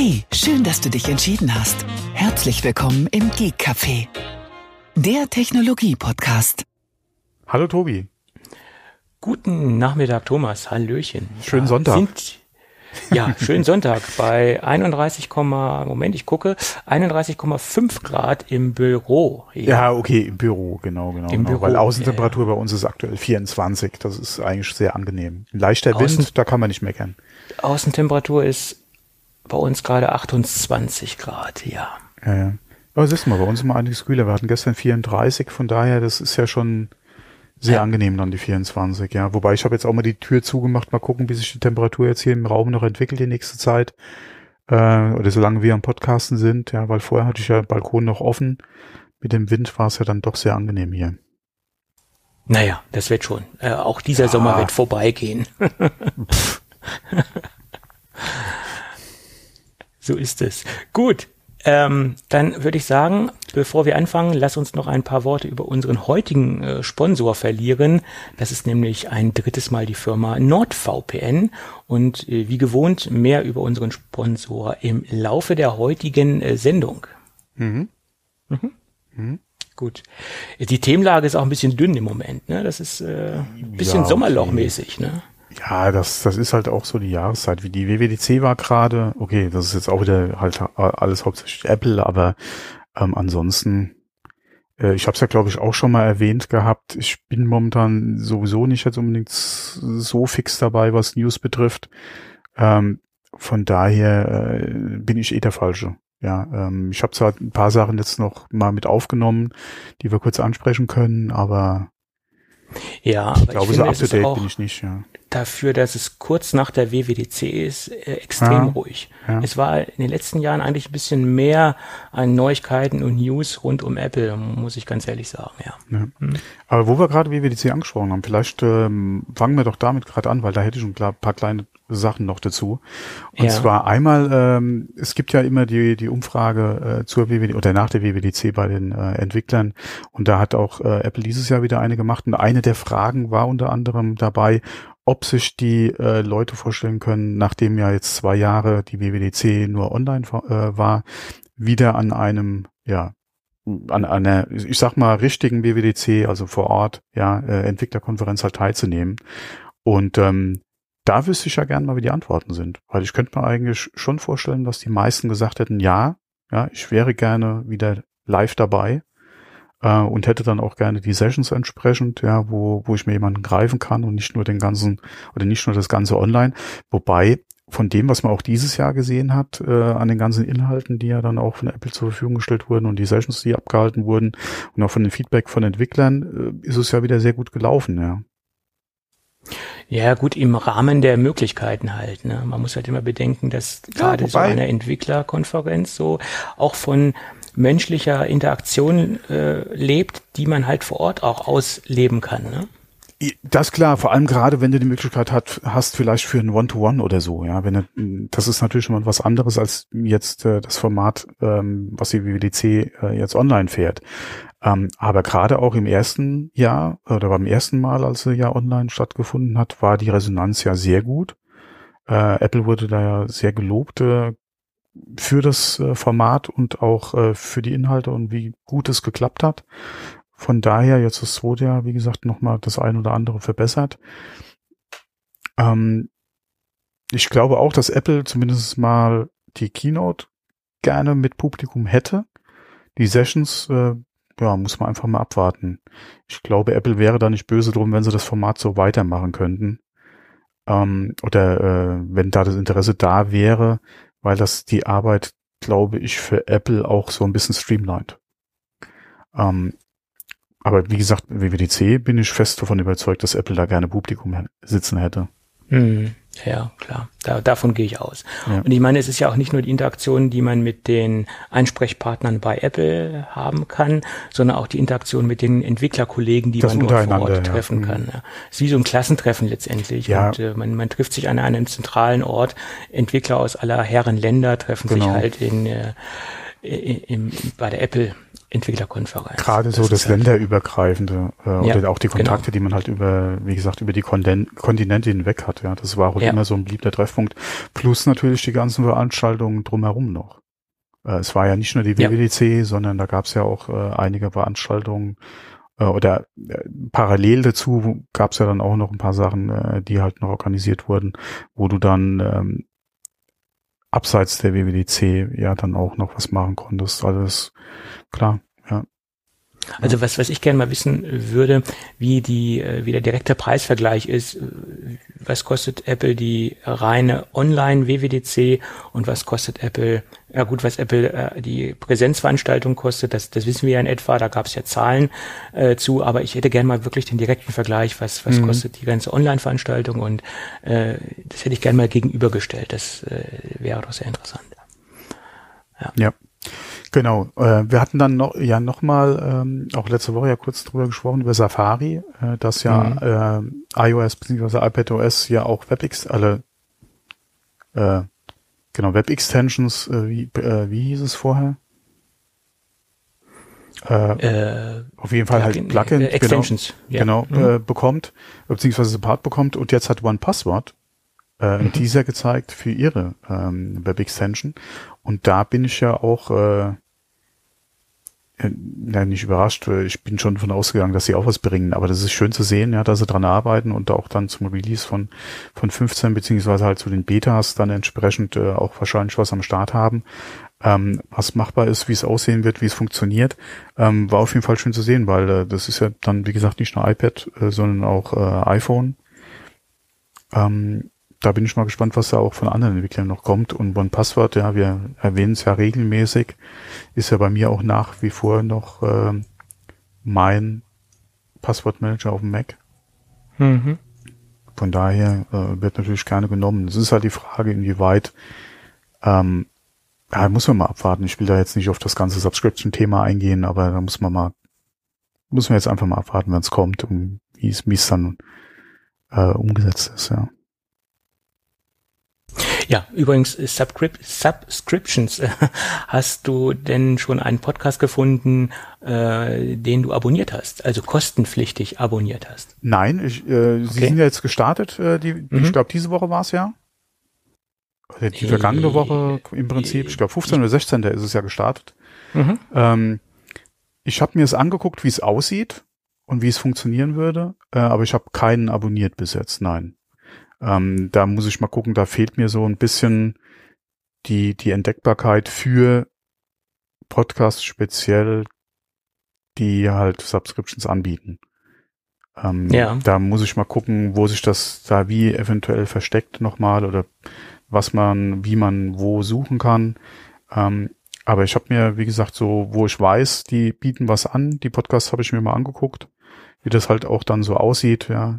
Hey, schön, dass du dich entschieden hast. Herzlich willkommen im Geek Café, der Technologie-Podcast. Hallo Tobi. Guten Nachmittag, Thomas. Hallöchen. Schönen Sonntag. Schönen Sonntag bei 31,5 Grad im Büro. Ja, okay, im Büro, genau. Büro, weil Außentemperatur bei uns ist aktuell 24. Das ist eigentlich sehr angenehm. Ein leichter Wind, da kann man nicht meckern. Außentemperatur ist bei uns gerade 28 Grad, ja. Ja. Aber siehst du mal, bei uns immer einiges kühler. Wir hatten gestern 34, von daher, das ist ja schon sehr angenehm dann die 24, ja. Wobei ich habe jetzt auch mal die Tür zugemacht, mal gucken, wie sich die Temperatur jetzt hier im Raum noch entwickelt die nächste Zeit. Oder solange wir am Podcasten sind, ja, weil vorher hatte ich ja Balkon noch offen. Mit dem Wind war es ja dann doch sehr angenehm hier. Naja, das wird schon. Auch dieser Sommer wird vorbeigehen. So ist es. Gut. Dann würde ich sagen, bevor wir anfangen, lass uns noch ein paar Worte über unseren heutigen Sponsor verlieren. Das ist nämlich ein drittes Mal die Firma NordVPN. Und wie gewohnt, mehr über unseren Sponsor im Laufe der heutigen Sendung. Gut. Die Themenlage ist auch ein bisschen dünn im Moment, ne? Das ist ein bisschen Sommerlochmäßig, ne? Ja, das ist halt auch so die Jahreszeit. Wie die WWDC war gerade, okay, das ist jetzt auch wieder halt alles hauptsächlich Apple, aber ansonsten, ich habe es ja glaube ich auch schon mal erwähnt gehabt, ich bin momentan sowieso nicht jetzt unbedingt so fix dabei, was News betrifft. Von daher bin ich der Falsche. Ja, ich habe zwar ein paar Sachen jetzt noch mal mit aufgenommen, die wir kurz ansprechen können, aber ja, ich glaube, so up to date bin ich nicht, ja. Dafür, dass es kurz nach der WWDC ist, extrem ruhig. Ja. Es war in den letzten Jahren eigentlich ein bisschen mehr an Neuigkeiten und News rund um Apple, muss ich ganz ehrlich sagen, ja. Aber wo wir gerade WWDC angesprochen haben, vielleicht fangen wir doch damit gerade an, weil da hätte ich ein paar kleine Sachen noch dazu. Und zwar einmal, es gibt ja immer die Umfrage zur WWDC oder nach der WWDC bei den Entwicklern, und da hat auch Apple dieses Jahr wieder eine gemacht, und eine der Fragen war unter anderem dabei, ob sich die Leute vorstellen können, nachdem ja jetzt 2 Jahre die WWDC nur online war, wieder an einem, an einer, ich sag mal, richtigen WWDC, also vor Ort, Entwicklerkonferenz halt teilzunehmen. Und da wüsste ich ja gerne mal, wie die Antworten sind. Weil ich könnte mir eigentlich schon vorstellen, dass die meisten gesagt hätten, ja, ich wäre gerne wieder live dabei. Und hätte dann auch gerne die Sessions entsprechend, wo ich mir jemanden greifen kann und nicht nur nicht nur das Ganze online. Wobei von dem, was man auch dieses Jahr gesehen hat, an den ganzen Inhalten, die ja dann auch von Apple zur Verfügung gestellt wurden und die Sessions, die abgehalten wurden und auch von dem Feedback von Entwicklern, ist es ja wieder sehr gut gelaufen, ja. Ja, gut, im Rahmen der Möglichkeiten halt, ne? Man muss halt immer bedenken, dass gerade so eine Entwicklerkonferenz so auch von menschlicher Interaktion lebt, die man halt vor Ort auch ausleben kann, ne? Das klar, vor allem gerade, wenn du die Möglichkeit hast, vielleicht für ein One-to-One oder so, ja, das ist natürlich schon mal was anderes als jetzt das Format, was die WWDC jetzt online fährt. Aber gerade auch im ersten Jahr oder beim ersten Mal, als sie ja online stattgefunden hat, war die Resonanz ja sehr gut. Apple wurde da ja sehr gelobt für das Format und auch für die Inhalte und wie gut es geklappt hat. Von daher jetzt das zweite Jahr, wie gesagt, nochmal das ein oder andere verbessert. Ich glaube auch, dass Apple zumindest mal die Keynote gerne mit Publikum hätte. Die Sessions, muss man einfach mal abwarten. Ich glaube, Apple wäre da nicht böse drum, wenn sie das Format so weitermachen könnten. Oder wenn da das Interesse da wäre, weil das die Arbeit, glaube ich, für Apple auch so ein bisschen streamlined. Aber wie gesagt, WWDC bin ich fest davon überzeugt, dass Apple da gerne Publikum sitzen hätte. Ja, klar. Davon gehe ich aus. Ja. Und ich meine, es ist ja auch nicht nur die Interaktion, die man mit den Einsprechpartnern bei Apple haben kann, sondern auch die Interaktion mit den Entwicklerkollegen, die das man dort vor Ort treffen kann. Ja. Es ist wie so ein Klassentreffen letztendlich. Ja. Und man trifft sich an einem zentralen Ort. Entwickler aus aller Herren Länder treffen sich halt bei der Apple Entwicklerkonferenz. Gerade so das halt länderübergreifende oder auch die Kontakte, die man halt wie gesagt, über die Kontinente hinweg hat. Ja, das war auch immer so ein beliebter Treffpunkt. Plus natürlich die ganzen Veranstaltungen drumherum noch. Es war ja nicht nur die WWDC, sondern da gab es ja auch einige Veranstaltungen oder parallel dazu gab es ja dann auch noch ein paar Sachen, die halt noch organisiert wurden, wo du dann abseits der WWDC ja dann auch noch was machen konntest. Alles klar, ja. Also was ich gerne mal wissen würde, wie der direkte Preisvergleich ist. Was kostet Apple die reine Online-WWDC und was kostet Apple, was Apple die Präsenzveranstaltung kostet, das wissen wir ja in etwa, da gab es ja Zahlen zu, aber ich hätte gerne mal wirklich den direkten Vergleich, was kostet die ganze Online-Veranstaltung und das hätte ich gerne mal gegenübergestellt, das wäre doch sehr interessant. Ja. Genau, wir hatten dann noch mal auch letzte Woche ja kurz drüber gesprochen, über Safari, dass ja iOS bzw. iPadOS ja auch Web-Extensions, wie hieß es vorher? Auf jeden Fall halt Plugin, Extensions, bekommt, beziehungsweise Support bekommt und jetzt hat OnePassword einen Teaser gezeigt für ihre Web-Extension und da bin ich ja auch nicht überrascht, ich bin schon davon ausgegangen, dass sie auch was bringen, aber das ist schön zu sehen, ja, dass sie dran arbeiten und auch dann zum Release von 15 beziehungsweise halt zu den Betas dann entsprechend auch wahrscheinlich was am Start haben, was machbar ist, wie es aussehen wird, wie es funktioniert, war auf jeden Fall schön zu sehen, weil das ist ja dann, wie gesagt, nicht nur iPad, sondern auch iPhone. Da bin ich mal gespannt, was da auch von anderen Entwicklern noch kommt. Und OnePassword, ja, wir erwähnen es ja regelmäßig, ist ja bei mir auch nach wie vor noch mein Passwortmanager auf dem Mac. Mhm. Von daher wird natürlich gerne genommen. Es ist halt die Frage, inwieweit muss man mal abwarten. Ich will da jetzt nicht auf das ganze Subscription-Thema eingehen, aber da muss man jetzt einfach mal abwarten, wenn es kommt und wie es dann umgesetzt ist, ja. Ja, übrigens Subscriptions. Hast du denn schon einen Podcast gefunden, den du abonniert hast, also kostenpflichtig abonniert hast? Nein, sie sind ja jetzt gestartet. Ich glaube, diese Woche war es ja. Oder die vergangene Woche im Prinzip. Ich glaube, 15 oder 16. ist es ja gestartet. Ich habe mir es angeguckt, wie es aussieht und wie es funktionieren würde, aber ich habe keinen abonniert bis jetzt, nein. Da muss ich mal gucken, da fehlt mir so ein bisschen die Entdeckbarkeit für Podcasts speziell, die halt Subscriptions anbieten. Da muss ich mal gucken, wo sich das da wie eventuell versteckt nochmal oder wie man wo suchen kann. Aber ich habe mir, wie gesagt, so, wo ich weiß, die bieten was an, die Podcasts habe ich mir mal angeguckt, wie das halt auch dann so aussieht, ja.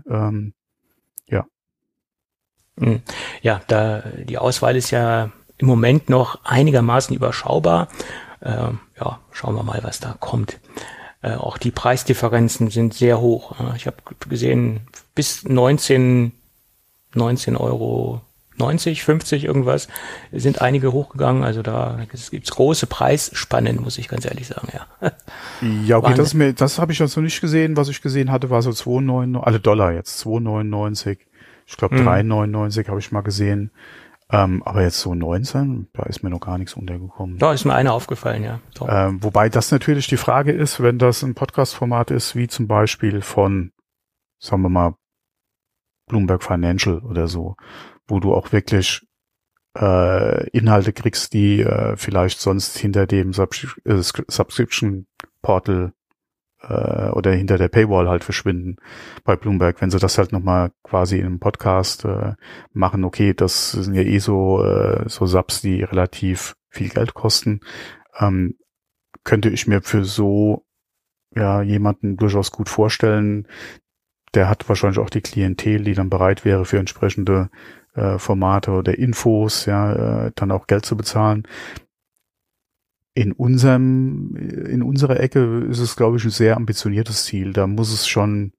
Ja, da die Auswahl ist ja im Moment noch einigermaßen überschaubar. Schauen wir mal, was da kommt. Auch die Preisdifferenzen sind sehr hoch. Ich habe gesehen, bis 19 Euro 90, 50 irgendwas, sind einige hochgegangen. Also da gibt's große Preisspannen, muss ich ganz ehrlich sagen, ja. Ja, okay, das habe ich jetzt noch nicht gesehen. Was ich gesehen hatte, war so 2,99, alle Dollar jetzt, 2,99. Ich glaube 3,99 habe ich mal gesehen. Aber jetzt so 19, da ist mir noch gar nichts untergekommen. Da ist mir einer aufgefallen, ja. So. Wobei das natürlich die Frage ist, wenn das ein Podcast-Format ist, wie zum Beispiel von, sagen wir mal, Bloomberg Financial oder so, wo du auch wirklich Inhalte kriegst, die vielleicht sonst hinter dem Subscription Portal oder hinter der Paywall halt verschwinden bei Bloomberg, wenn sie das halt nochmal quasi in einem Podcast machen. Okay, das sind ja so Subs, die relativ viel Geld kosten. Könnte ich mir für so jemanden durchaus gut vorstellen. Der hat wahrscheinlich auch die Klientel, die dann bereit wäre für entsprechende Formate oder Infos, dann auch Geld zu bezahlen. In unserer Ecke ist es, glaube ich, ein sehr ambitioniertes Ziel. Da muss es schon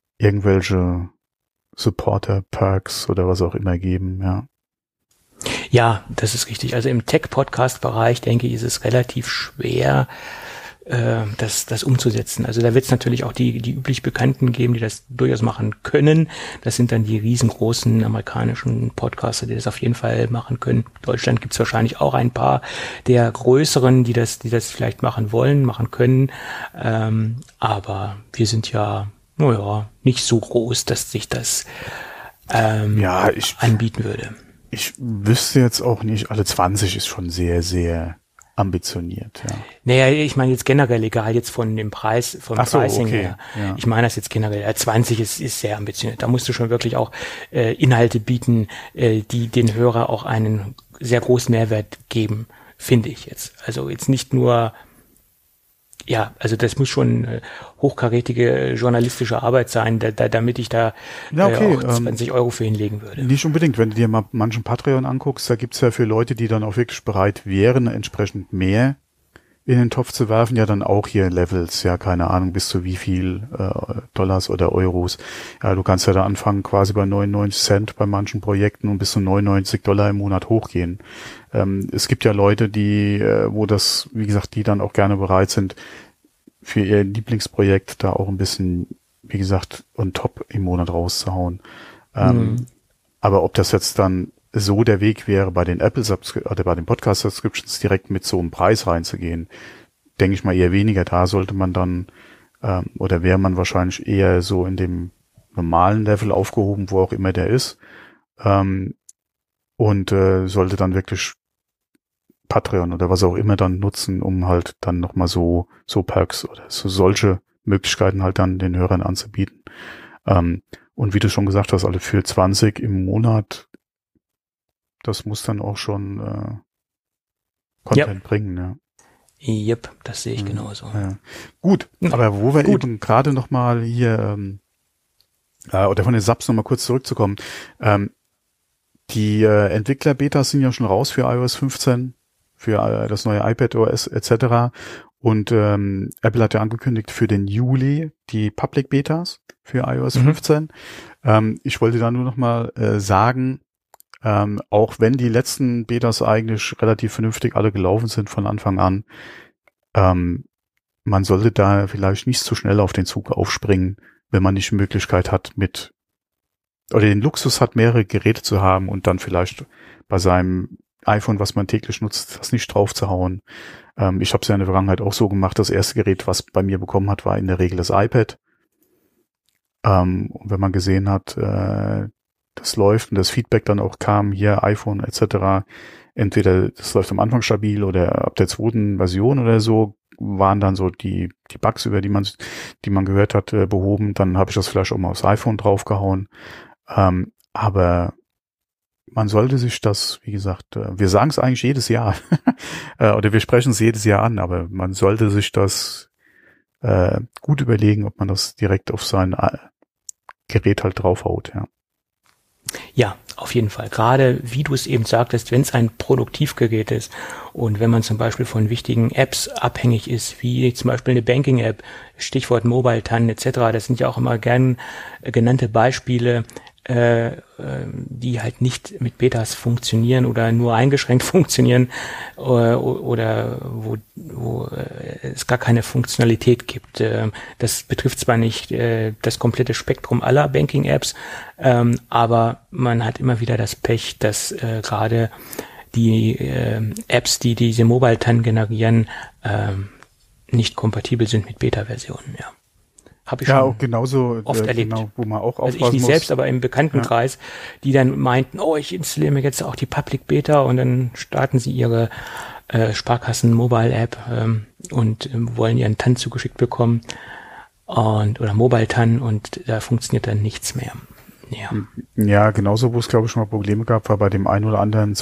irgendwelche Supporter-Perks oder was auch immer geben, ja. Ja, das ist richtig. Also im Tech-Podcast-Bereich, denke ich, ist es relativ schwer, das umzusetzen. Also da wird es natürlich auch die üblich Bekannten geben, die das durchaus machen können. Das sind dann die riesengroßen amerikanischen Podcaster, die das auf jeden Fall machen können. In Deutschland gibt es wahrscheinlich auch ein paar der größeren, die das vielleicht machen wollen, machen können. Aber wir sind ja, nicht so groß, dass sich das anbieten würde. Ich wüsste jetzt auch nicht, alle 20 ist schon sehr, sehr ambitioniert, ja. Naja, ich meine jetzt generell, egal jetzt von dem Preis, vom Pricing her. Ja. Ich meine das jetzt generell. 20 ist sehr ambitioniert. Da musst du schon wirklich auch Inhalte bieten, die den Hörer auch einen sehr großen Mehrwert geben, finde ich jetzt. Also jetzt nicht nur, also das muss schon hochkarätige journalistische Arbeit sein, damit ich da auch 20 Euro für hinlegen würde. Nicht unbedingt. Wenn du dir mal manchen Patreon anguckst, da gibt's ja für Leute, die dann auch wirklich bereit wären, entsprechend mehr in den Topf zu werfen, ja dann auch hier Levels, ja keine Ahnung, bis zu wie viel Dollars oder Euros. Ja, du kannst ja da anfangen quasi bei 99 Cent bei manchen Projekten und bis zu $99 im Monat hochgehen. Es gibt ja Leute, die, wo das, wie gesagt, die dann auch gerne bereit sind, für ihr Lieblingsprojekt da auch ein bisschen, wie gesagt, on top im Monat rauszuhauen. Aber ob das jetzt dann so der Weg wäre, bei den oder bei den Podcast-Subscriptions direkt mit so einem Preis reinzugehen, denke ich mal eher weniger. Da sollte man dann, oder wäre man wahrscheinlich eher so in dem normalen Level aufgehoben, wo auch immer der ist, und sollte dann wirklich Patreon oder was auch immer dann nutzen, um halt dann nochmal so Perks oder solche Möglichkeiten halt dann den Hörern anzubieten. Und wie du schon gesagt hast, alle für 20 im Monat, das muss dann auch schon Content bringen, ja. Yep, das sehe ich genauso. Ja. Gut, aber wo wir eben gerade nochmal hier, oder von den Subs nochmal kurz zurückzukommen, die Entwickler-Betas sind ja schon raus für iOS 15, für das neue iPadOS etc. Und Apple hat ja angekündigt für den Juli die Public Betas für iOS 15. Ich wollte da nur nochmal sagen, auch wenn die letzten Betas eigentlich relativ vernünftig alle gelaufen sind von Anfang an, man sollte da vielleicht nicht so schnell auf den Zug aufspringen, wenn man nicht die Möglichkeit hat, oder den Luxus hat, mehrere Geräte zu haben und dann vielleicht bei seinem iPhone, was man täglich nutzt, das nicht drauf zu hauen. Ich habe es ja in der Vergangenheit auch so gemacht. Das erste Gerät, was bei mir bekommen hat, war in der Regel das iPad. Und wenn man gesehen hat, das läuft und das Feedback dann auch kam, hier iPhone etc., entweder das läuft am Anfang stabil oder ab der zweiten Version oder so, waren dann so die Bugs, über die man gehört hat, behoben. Dann habe ich das vielleicht auch mal aufs iPhone draufgehauen. Aber man sollte sich das, wie gesagt, wir sagen es eigentlich jedes Jahr oder wir sprechen es jedes Jahr an, aber man sollte sich das gut überlegen, ob man das direkt auf sein Gerät halt draufhaut, ja. Ja, auf jeden Fall. Gerade, wie du es eben sagtest, wenn es ein Produktivgerät ist und wenn man zum Beispiel von wichtigen Apps abhängig ist, wie zum Beispiel eine Banking-App, Stichwort Mobile TAN etc., das sind ja auch immer gern genannte Beispiele, die halt nicht mit Betas funktionieren oder nur eingeschränkt funktionieren oder wo es gar keine Funktionalität gibt. Das betrifft zwar nicht das komplette Spektrum aller Banking-Apps, aber man hat immer wieder das Pech, dass gerade die Apps, die diese Mobile TAN generieren, nicht kompatibel sind mit Beta-Versionen, ja. Habe ich schon auch genauso oft erlebt. Genau, wo man auch also ich nicht selbst, aber im Bekanntenkreis, die dann meinten, ich installiere mir jetzt auch die Public Beta und dann starten sie ihre Sparkassen-Mobile-App und wollen ihren TAN zugeschickt bekommen oder Mobile-TAN und da funktioniert dann nichts mehr. Ja, genauso, wo es glaube ich schon mal Probleme gab, war bei dem einen oder anderen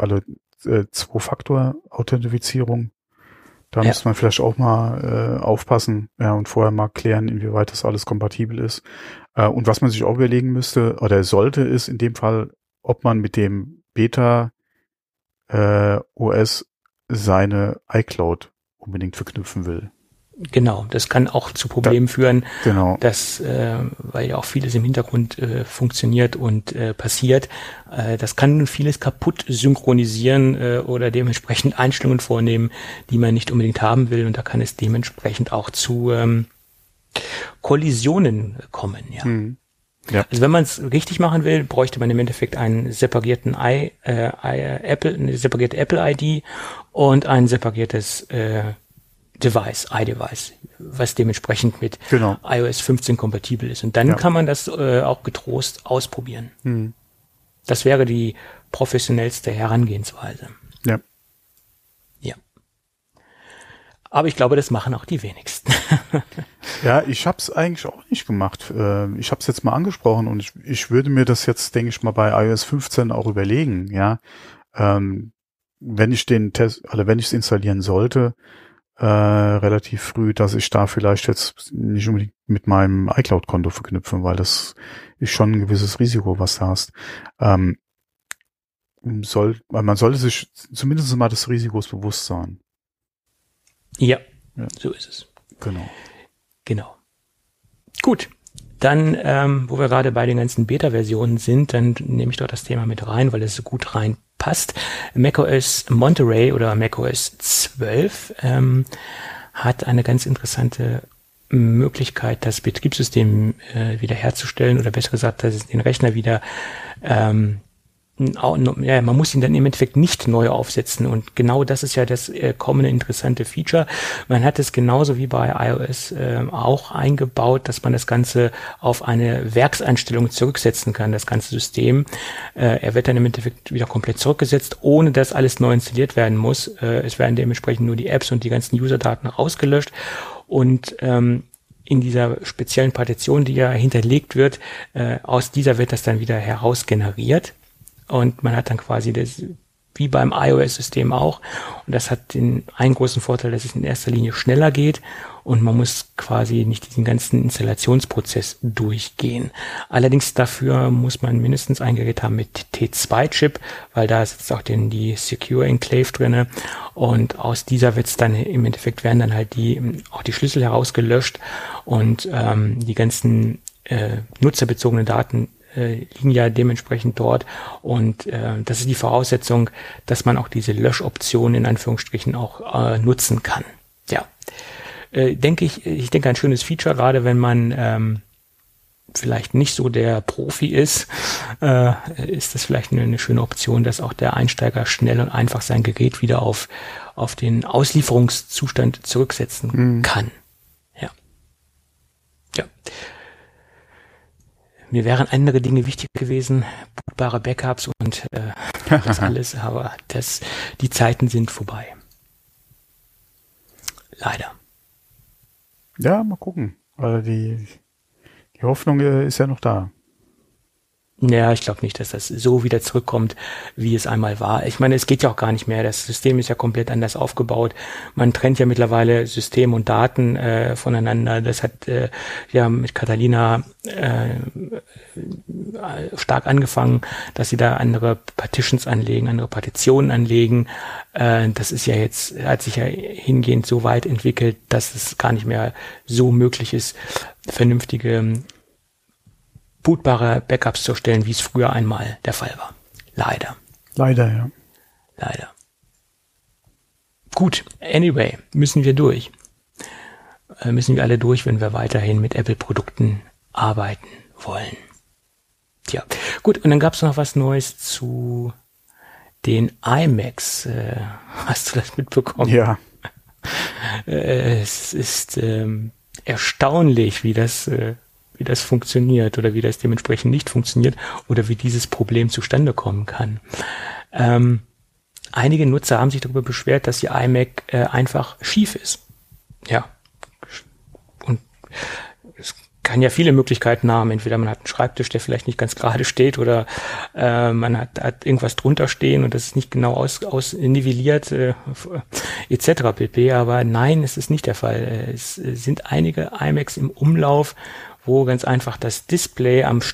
Zwei-Faktor-Authentifizierung. Da muss man vielleicht auch mal aufpassen, und vorher mal klären, inwieweit das alles kompatibel ist. Und was man sich auch überlegen müsste oder sollte, ist in dem Fall, ob man mit dem Beta OS seine iCloud unbedingt verknüpfen will. Genau, das kann auch zu Problemen führen, genau. dass, weil ja auch vieles im Hintergrund funktioniert und passiert, das kann vieles kaputt synchronisieren oder dementsprechend Einstellungen vornehmen, die man nicht unbedingt haben will, und da kann es dementsprechend auch zu Kollisionen kommen, ja. Ja. Also wenn man es richtig machen will, bräuchte man im Endeffekt einen separierten eine separierte Apple-ID und ein separiertes iDevice, was dementsprechend mit iOS 15 kompatibel ist. Und dann kann man das auch getrost ausprobieren. Das wäre die professionellste Herangehensweise. Ja. Ja. Aber ich glaube, das machen auch die wenigsten. Ja, ich habe es eigentlich auch nicht gemacht. Ich habe es jetzt mal angesprochen und ich würde mir das jetzt, denke ich mal, bei iOS 15 auch überlegen. Ja, wenn ich den Test, also wenn ich es installieren sollte, relativ früh, dass ich da vielleicht jetzt nicht unbedingt mit meinem iCloud-Konto verknüpfe, weil das ist schon ein gewisses Risiko, was du hast. Man sollte sich zumindest mal des Risikos bewusst sein. Ja, so ist es. Genau. Gut, dann, wo wir gerade bei den ganzen Beta-Versionen sind, dann nehme ich doch das Thema mit rein, weil es so gut reinpasst. macOS Monterey oder macOS 12 hat eine ganz interessante Möglichkeit, das Betriebssystem wiederherzustellen, oder besser gesagt, den Rechner wieder man muss ihn dann im Endeffekt nicht neu aufsetzen, und genau das ist ja das kommende interessante Feature. Man hat es genauso wie bei iOS auch eingebaut, dass man das Ganze auf eine Werkseinstellung zurücksetzen kann, das ganze System. Er wird dann im Endeffekt wieder komplett zurückgesetzt, ohne dass alles neu installiert werden muss. Es werden dementsprechend nur die Apps und die ganzen User-Daten rausgelöscht, und in dieser speziellen Partition, die ja hinterlegt wird, aus dieser wird das dann wieder herausgeneriert. Und man hat dann quasi das, wie beim iOS-System auch. Und das hat einen großen Vorteil, dass es in erster Linie schneller geht und man muss quasi nicht diesen ganzen Installationsprozess durchgehen. Allerdings dafür muss man mindestens ein Gerät haben mit T2-Chip, weil da sitzt auch die Secure Enclave drinne. Und aus dieser wird's dann im Endeffekt werden dann halt auch die Schlüssel herausgelöscht und die ganzen nutzerbezogenen Daten liegen ja dementsprechend dort, und das ist die Voraussetzung, dass man auch diese Löschoption in Anführungsstrichen auch nutzen kann. Ja, ich denke ein schönes Feature, gerade wenn man vielleicht nicht so der Profi ist das vielleicht eine schöne Option, dass auch der Einsteiger schnell und einfach sein Gerät wieder auf den Auslieferungszustand zurücksetzen kann. Ja. Mir wären andere Dinge wichtig gewesen, bootbare Backups und das alles, aber die Zeiten sind vorbei. Leider. Ja, mal gucken. Also die Hoffnung ist ja noch da. Ja, ich glaube nicht, dass das so wieder zurückkommt, wie es einmal war. Ich meine, es geht ja auch gar nicht mehr. Das System ist ja komplett anders aufgebaut. Man trennt ja mittlerweile System und Daten voneinander. Das hat ja mit Catalina stark angefangen, dass sie da andere Partitions anlegen, andere Partitionen anlegen. Das ist ja jetzt, hat sich ja hingehend so weit entwickelt, dass es gar nicht mehr so möglich ist, vernünftige bootbare Backups zu erstellen, wie es früher einmal der Fall war. Leider. Leider, ja. Leider. Gut, anyway, müssen wir durch. Müssen wir alle durch, wenn wir weiterhin mit Apple-Produkten arbeiten wollen. Tja, gut, und dann gab es noch was Neues zu den iMacs. Hast du das mitbekommen? Ja. Es ist erstaunlich, wie das funktioniert oder wie das dementsprechend nicht funktioniert oder wie dieses Problem zustande kommen kann. Einige Nutzer haben sich darüber beschwert, dass ihr iMac einfach schief ist. Ja. Und es kann ja viele Möglichkeiten haben. Entweder man hat einen Schreibtisch, der vielleicht nicht ganz gerade steht, oder man hat irgendwas drunter stehen und das ist nicht genau ausnivelliert etc. pp. Aber nein, es ist nicht der Fall. Es sind einige iMacs im Umlauf, wo ganz einfach das Display am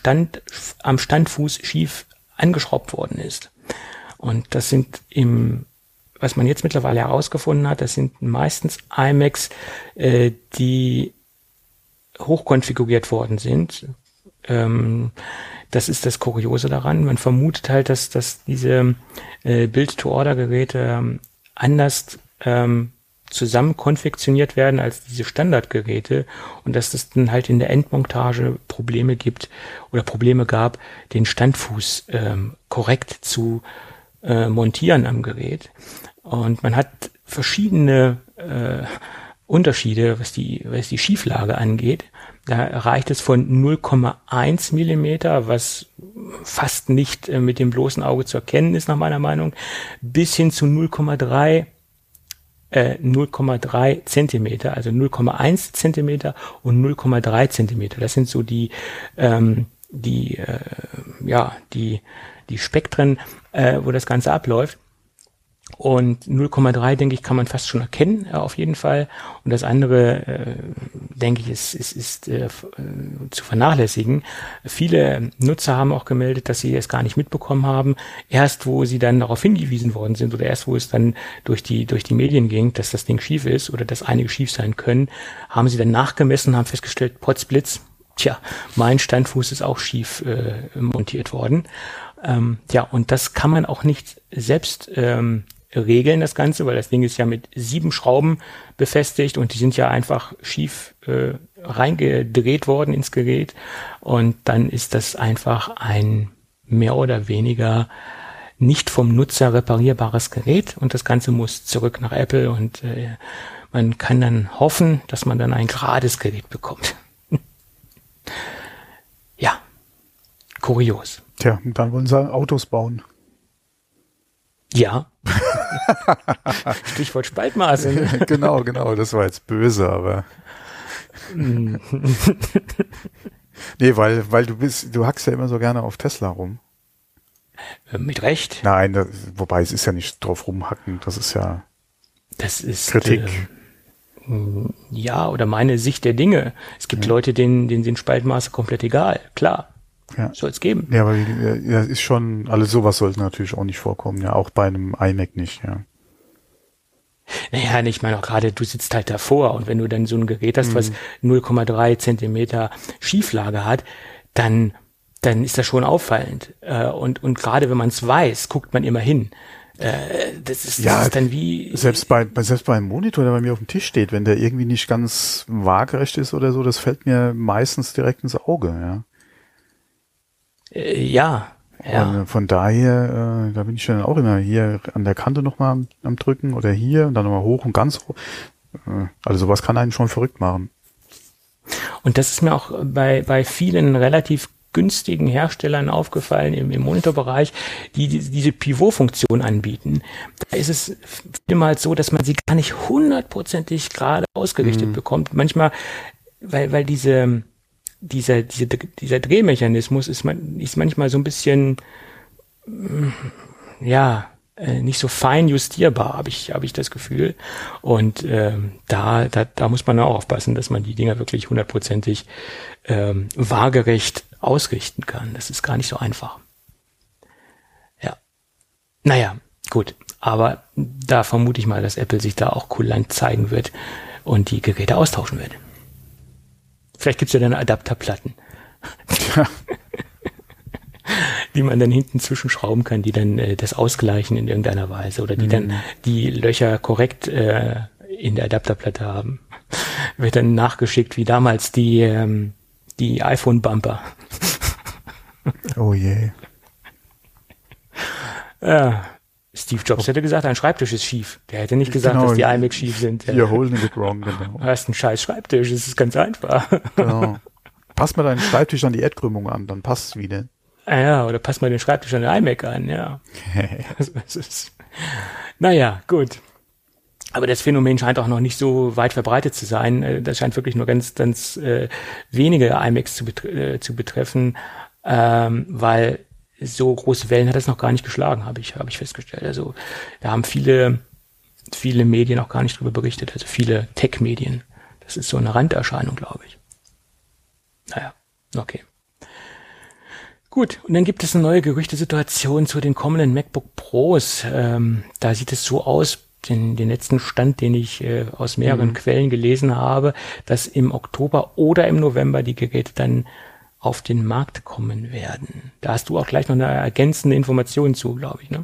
Standfuß schief angeschraubt worden ist. Und das sind im was man jetzt mittlerweile herausgefunden hat, das sind meistens iMacs, die hochkonfiguriert worden sind. Das ist das Kuriose daran. Man vermutet halt, dass diese Build-to-Order-Geräte anders zusammen konfektioniert werden als diese Standardgeräte und dass es dann halt in der Endmontage Probleme gab, den Standfuß korrekt zu montieren am Gerät. Und man hat verschiedene Unterschiede, was die Schieflage angeht. Da reicht es von 0,1 Millimeter, was fast nicht mit dem bloßen Auge zu erkennen ist, nach meiner Meinung, bis hin zu 0,3 Zentimeter, also 0,1 Zentimeter und 0,3 Zentimeter. Das sind so die Spektren, wo das Ganze abläuft. Und 0,3, denke ich, kann man fast schon erkennen, auf jeden Fall. Und das andere, denke ich, ist zu vernachlässigen. Viele Nutzer haben auch gemeldet, dass sie es gar nicht mitbekommen haben. Erst wo sie dann darauf hingewiesen worden sind oder erst wo es dann durch die Medien ging, dass das Ding schief ist oder dass einige schief sein können, haben sie dann nachgemessen, haben festgestellt, Potzblitz, mein Standfuß ist auch schief montiert worden. Und das kann man auch nicht selbst regeln, das Ganze, weil das Ding ist ja mit 7 Schrauben befestigt und die sind ja einfach schief reingedreht worden ins Gerät und dann ist das einfach ein mehr oder weniger nicht vom Nutzer reparierbares Gerät und das Ganze muss zurück nach Apple und man kann dann hoffen, dass man dann ein gerades Gerät bekommt. Ja, kurios. Tja, und dann wollen sie Autos bauen. Ja. Stichwort Spaltmaße. Genau, das war jetzt böse, aber. Nee, weil du hackst ja immer so gerne auf Tesla rum. Mit Recht. Nein, wobei es ist ja nicht drauf rumhacken, das ist Kritik. Ja, oder meine Sicht der Dinge. Es gibt Leute, denen sind Spaltmaße komplett egal. Klar. Ja. Soll es geben. Ja, aber ist schon, alles sowas sollte natürlich auch nicht vorkommen, ja, auch bei einem iMac nicht, ja. Naja, ich meine auch gerade, du sitzt halt davor und wenn du dann so ein Gerät hast, was 0,3 Zentimeter Schieflage hat, dann ist das schon auffallend. Und gerade wenn man es weiß, guckt man immer hin. Das ist dann wie... Selbst beim Monitor, der bei mir auf dem Tisch steht, wenn der irgendwie nicht ganz waagerecht ist oder so, das fällt mir meistens direkt ins Auge, ja. Ja. Und von daher, da bin ich dann auch immer hier an der Kante nochmal am Drücken oder hier und dann nochmal hoch und ganz hoch. Also sowas kann einen schon verrückt machen. Und das ist mir auch bei vielen relativ günstigen Herstellern aufgefallen im Monitorbereich, die diese Pivot-Funktion anbieten. Da ist es vielmals so, dass man sie gar nicht 100%ig gerade ausgerichtet bekommt. Manchmal, weil dieser Drehmechanismus ist manchmal so ein bisschen, nicht so fein justierbar, habe ich das Gefühl. Und da muss man auch aufpassen, dass man die Dinger wirklich 100%ig waagerecht ausrichten kann. Das ist gar nicht so einfach. Ja. Naja, gut. Aber da vermute ich mal, dass Apple sich da auch kulant zeigen wird und die Geräte austauschen wird. Vielleicht gibt's ja dann Adapterplatten. Ja. Die man dann hinten zwischenschrauben kann, die dann das ausgleichen in irgendeiner Weise oder die dann die Löcher korrekt in der Adapterplatte haben. Wird dann nachgeschickt, wie damals die iPhone-Bumper. Oh je. Ja, Steve Jobs hätte gesagt, ein Schreibtisch ist schief. Der hätte nicht gesagt, dass die iMacs schief sind. You're holding it wrong, genau. Du hast einen scheiß Schreibtisch, das ist ganz einfach. Genau. Pass mal deinen Schreibtisch an die Erdkrümmung an, dann passt es wieder. Ja, oder pass mal den Schreibtisch an den iMac an, ja. Naja, gut. Aber das Phänomen scheint auch noch nicht so weit verbreitet zu sein. Das scheint wirklich nur ganz wenige iMacs zu betreffen, weil so große Wellen hat das noch gar nicht geschlagen, habe ich festgestellt. Also da haben viele Medien auch gar nicht drüber berichtet, also viele Tech-Medien. Das ist so eine Randerscheinung, glaube ich. Naja, okay. Gut, und dann gibt es eine neue Gerüchtesituation zu den kommenden MacBook Pros. Da sieht es so aus, den letzten Stand, den ich aus mehreren Quellen gelesen habe, dass im Oktober oder im November die Geräte dann auf den Markt kommen werden. Da hast du auch gleich noch eine ergänzende Information zu, glaube ich, ne?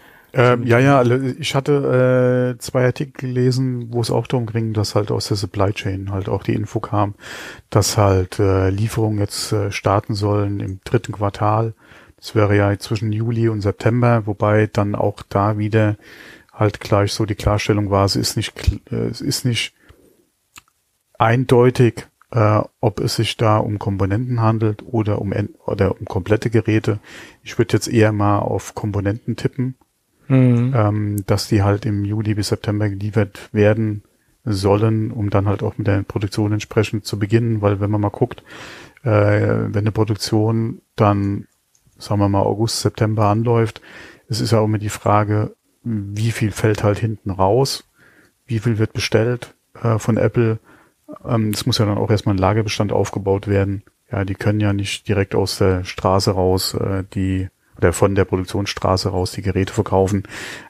Ich hatte 2 Artikel gelesen, wo es auch darum ging, dass halt aus der Supply Chain halt auch die Info kam, dass halt Lieferungen jetzt starten sollen im 3. Quartal. Das wäre ja zwischen Juli und September, wobei dann auch da wieder halt gleich so die Klarstellung war, es ist nicht eindeutig, ob es sich da um Komponenten handelt oder um komplette Geräte. Ich würde jetzt eher mal auf Komponenten tippen. Dass die halt im Juli bis September geliefert werden sollen, um dann halt auch mit der Produktion entsprechend zu beginnen, weil wenn man mal guckt, wenn eine Produktion dann, sagen wir mal, August, September anläuft, es ist ja auch immer die Frage, wie viel fällt halt hinten raus, wie viel wird bestellt von Apple. Es muss ja dann auch erstmal ein Lagerbestand aufgebaut werden. Ja, die können ja nicht direkt aus der Straße raus oder von der Produktionsstraße raus die Geräte verkaufen,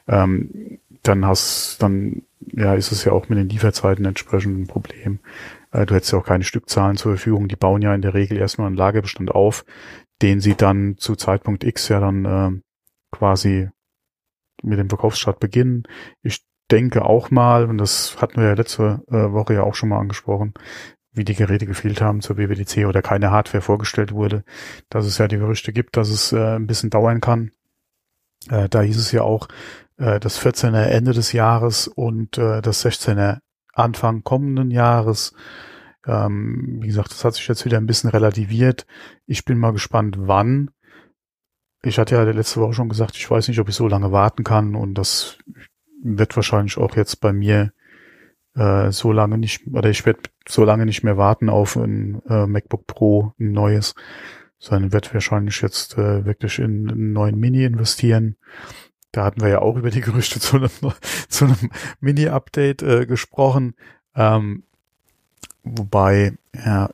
dann ist es ja auch mit den Lieferzeiten entsprechend ein Problem. Du hättest ja auch keine Stückzahlen zur Verfügung. Die bauen ja in der Regel erstmal einen Lagerbestand auf, den sie dann zu Zeitpunkt X ja dann quasi mit dem Verkaufsstart beginnen. Ich denke auch mal, und das hatten wir ja letzte Woche ja auch schon mal angesprochen, wie die Geräte gefehlt haben zur WWDC oder keine Hardware vorgestellt wurde, dass es ja die Gerüchte gibt, dass es ein bisschen dauern kann. Da hieß es ja auch, das 14er Ende des Jahres und das 16er Anfang kommenden Jahres. Wie gesagt, das hat sich jetzt wieder ein bisschen relativiert. Ich bin mal gespannt, wann. Ich hatte ja letzte Woche schon gesagt, ich weiß nicht, ob ich so lange warten kann, und das wird wahrscheinlich auch jetzt bei mir ich werde so lange nicht mehr warten auf ein MacBook Pro, ein neues, sondern werde wahrscheinlich jetzt wirklich in einen neuen Mini investieren. Da hatten wir ja auch über die Gerüchte zu einem Mini-Update gesprochen. Wobei, ja,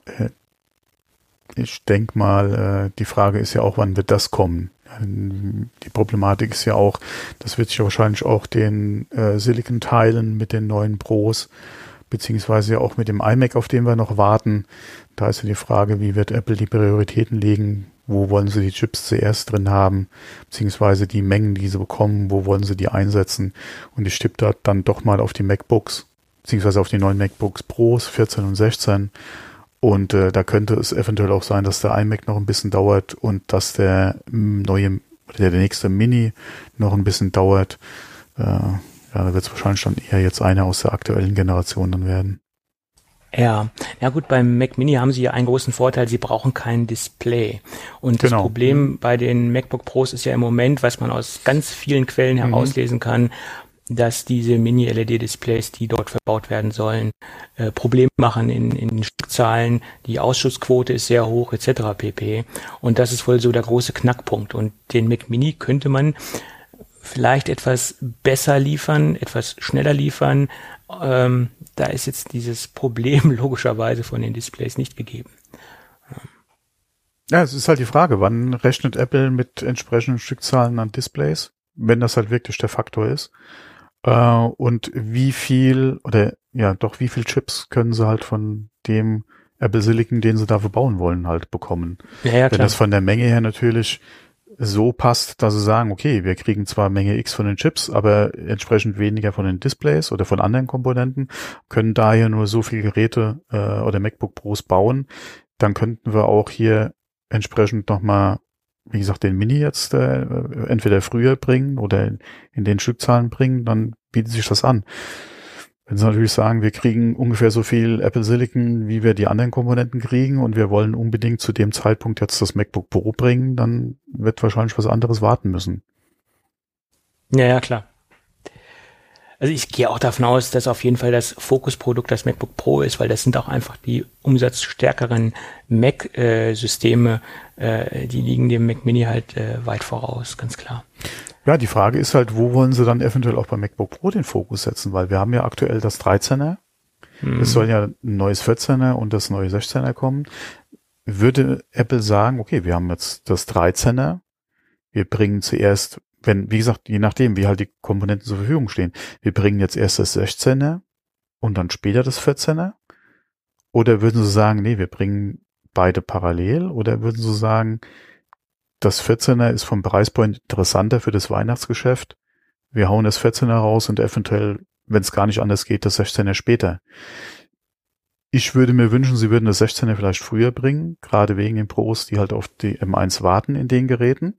ich denke mal, die Frage ist ja auch, wann wird das kommen? Die Problematik ist ja auch, das wird sich ja wahrscheinlich auch den Silicon teilen mit den neuen Pros, beziehungsweise ja auch mit dem iMac, auf den wir noch warten. Da ist ja die Frage, wie wird Apple die Prioritäten legen? Wo wollen sie die Chips zuerst drin haben? Beziehungsweise die Mengen, die sie bekommen, wo wollen sie die einsetzen? Und ich tippe da dann doch mal auf die MacBooks, beziehungsweise auf die neuen MacBooks Pros, 14 und 16. Und da könnte es eventuell auch sein, dass der iMac noch ein bisschen dauert und dass der nächste Mini noch ein bisschen dauert. Da wird es wahrscheinlich dann eher jetzt einer aus der aktuellen Generation dann werden. Ja gut, beim Mac Mini haben sie ja einen großen Vorteil, sie brauchen kein Display. Und das Problem bei den MacBook Pros ist ja im Moment, was man aus ganz vielen Quellen herauslesen kann, dass diese Mini-LED-Displays, die dort verbaut werden sollen, Probleme machen in Stückzahlen, die Ausschussquote ist sehr hoch, etc. pp. Und das ist wohl so der große Knackpunkt. Und den Mac Mini könnte man vielleicht etwas besser liefern, etwas schneller liefern. Da ist jetzt dieses Problem logischerweise von den Displays nicht gegeben. Ja, es ist halt die Frage, wann rechnet Apple mit entsprechenden Stückzahlen an Displays, wenn das halt wirklich der Faktor ist. Und wie viel Chips können sie halt von dem Apple Silicon, den sie dafür bauen wollen, halt bekommen. Ja, klar. Wenn das von der Menge her natürlich so passt, dass sie sagen, okay, wir kriegen zwar Menge X von den Chips, aber entsprechend weniger von den Displays oder von anderen Komponenten, können daher nur so viele Geräte oder MacBook Pros bauen, dann könnten wir auch hier entsprechend nochmal, wie gesagt, den Mini jetzt entweder früher bringen oder in den Stückzahlen bringen, dann bietet sich das an. Wenn sie natürlich sagen, wir kriegen ungefähr so viel Apple Silicon, wie wir die anderen Komponenten kriegen, und wir wollen unbedingt zu dem Zeitpunkt jetzt das MacBook Pro bringen, dann wird wahrscheinlich was anderes warten müssen. Ja, klar. Also ich gehe auch davon aus, dass auf jeden Fall das Fokusprodukt das MacBook Pro ist, weil das sind auch einfach die umsatzstärkeren Mac-Systeme, die liegen dem Mac Mini halt weit voraus, ganz klar. Ja, die Frage ist halt, wo wollen sie dann eventuell auch beim MacBook Pro den Fokus setzen, weil wir haben ja aktuell das 13er, es soll ja ein neues 14er und das neue 16er kommen. würde Apple sagen, okay, wir haben jetzt das 13er, wir bringen zuerst, wie gesagt, je nachdem, wie halt die Komponenten zur Verfügung stehen, wir bringen jetzt erst das 16er und dann später das 14er? Oder würden Sie sagen, nee, wir bringen beide parallel? Oder würden Sie sagen, das 14er ist vom Preispoint interessanter für das Weihnachtsgeschäft? Wir hauen das 14er raus und eventuell, wenn es gar nicht anders geht, das 16er später. Ich würde mir wünschen, Sie würden das 16er vielleicht früher bringen, gerade wegen den Pros, die halt auf die M1 warten in den Geräten.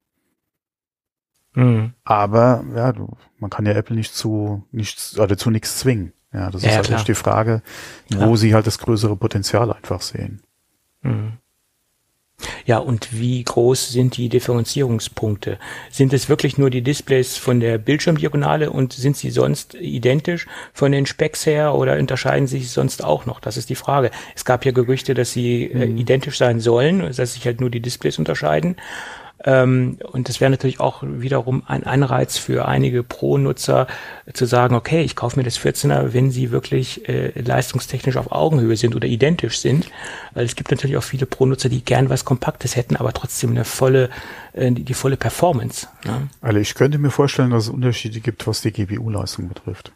Aber ja, man kann ja Apple nicht zu nichts zwingen. Ja, das ist halt echt die Frage, wo sie halt das größere Potenzial einfach sehen. Ja, und wie groß sind die Differenzierungspunkte? Sind es wirklich nur die Displays von der Bildschirmdiagonale und sind sie sonst identisch von den Specs her oder unterscheiden sie sich sonst auch noch? Das ist die Frage. Es gab ja Gerüchte, dass sie identisch sein sollen, dass sich halt nur die Displays unterscheiden. Und das wäre natürlich auch wiederum ein Anreiz für einige Pro-Nutzer zu sagen, okay, ich kaufe mir das 14er, wenn sie wirklich leistungstechnisch auf Augenhöhe sind oder identisch sind. Weil es gibt natürlich auch viele Pro-Nutzer, die gern was Kompaktes hätten, aber trotzdem die volle Performance. Ne? Also ich könnte mir vorstellen, dass es Unterschiede gibt, was die GPU-Leistung betrifft.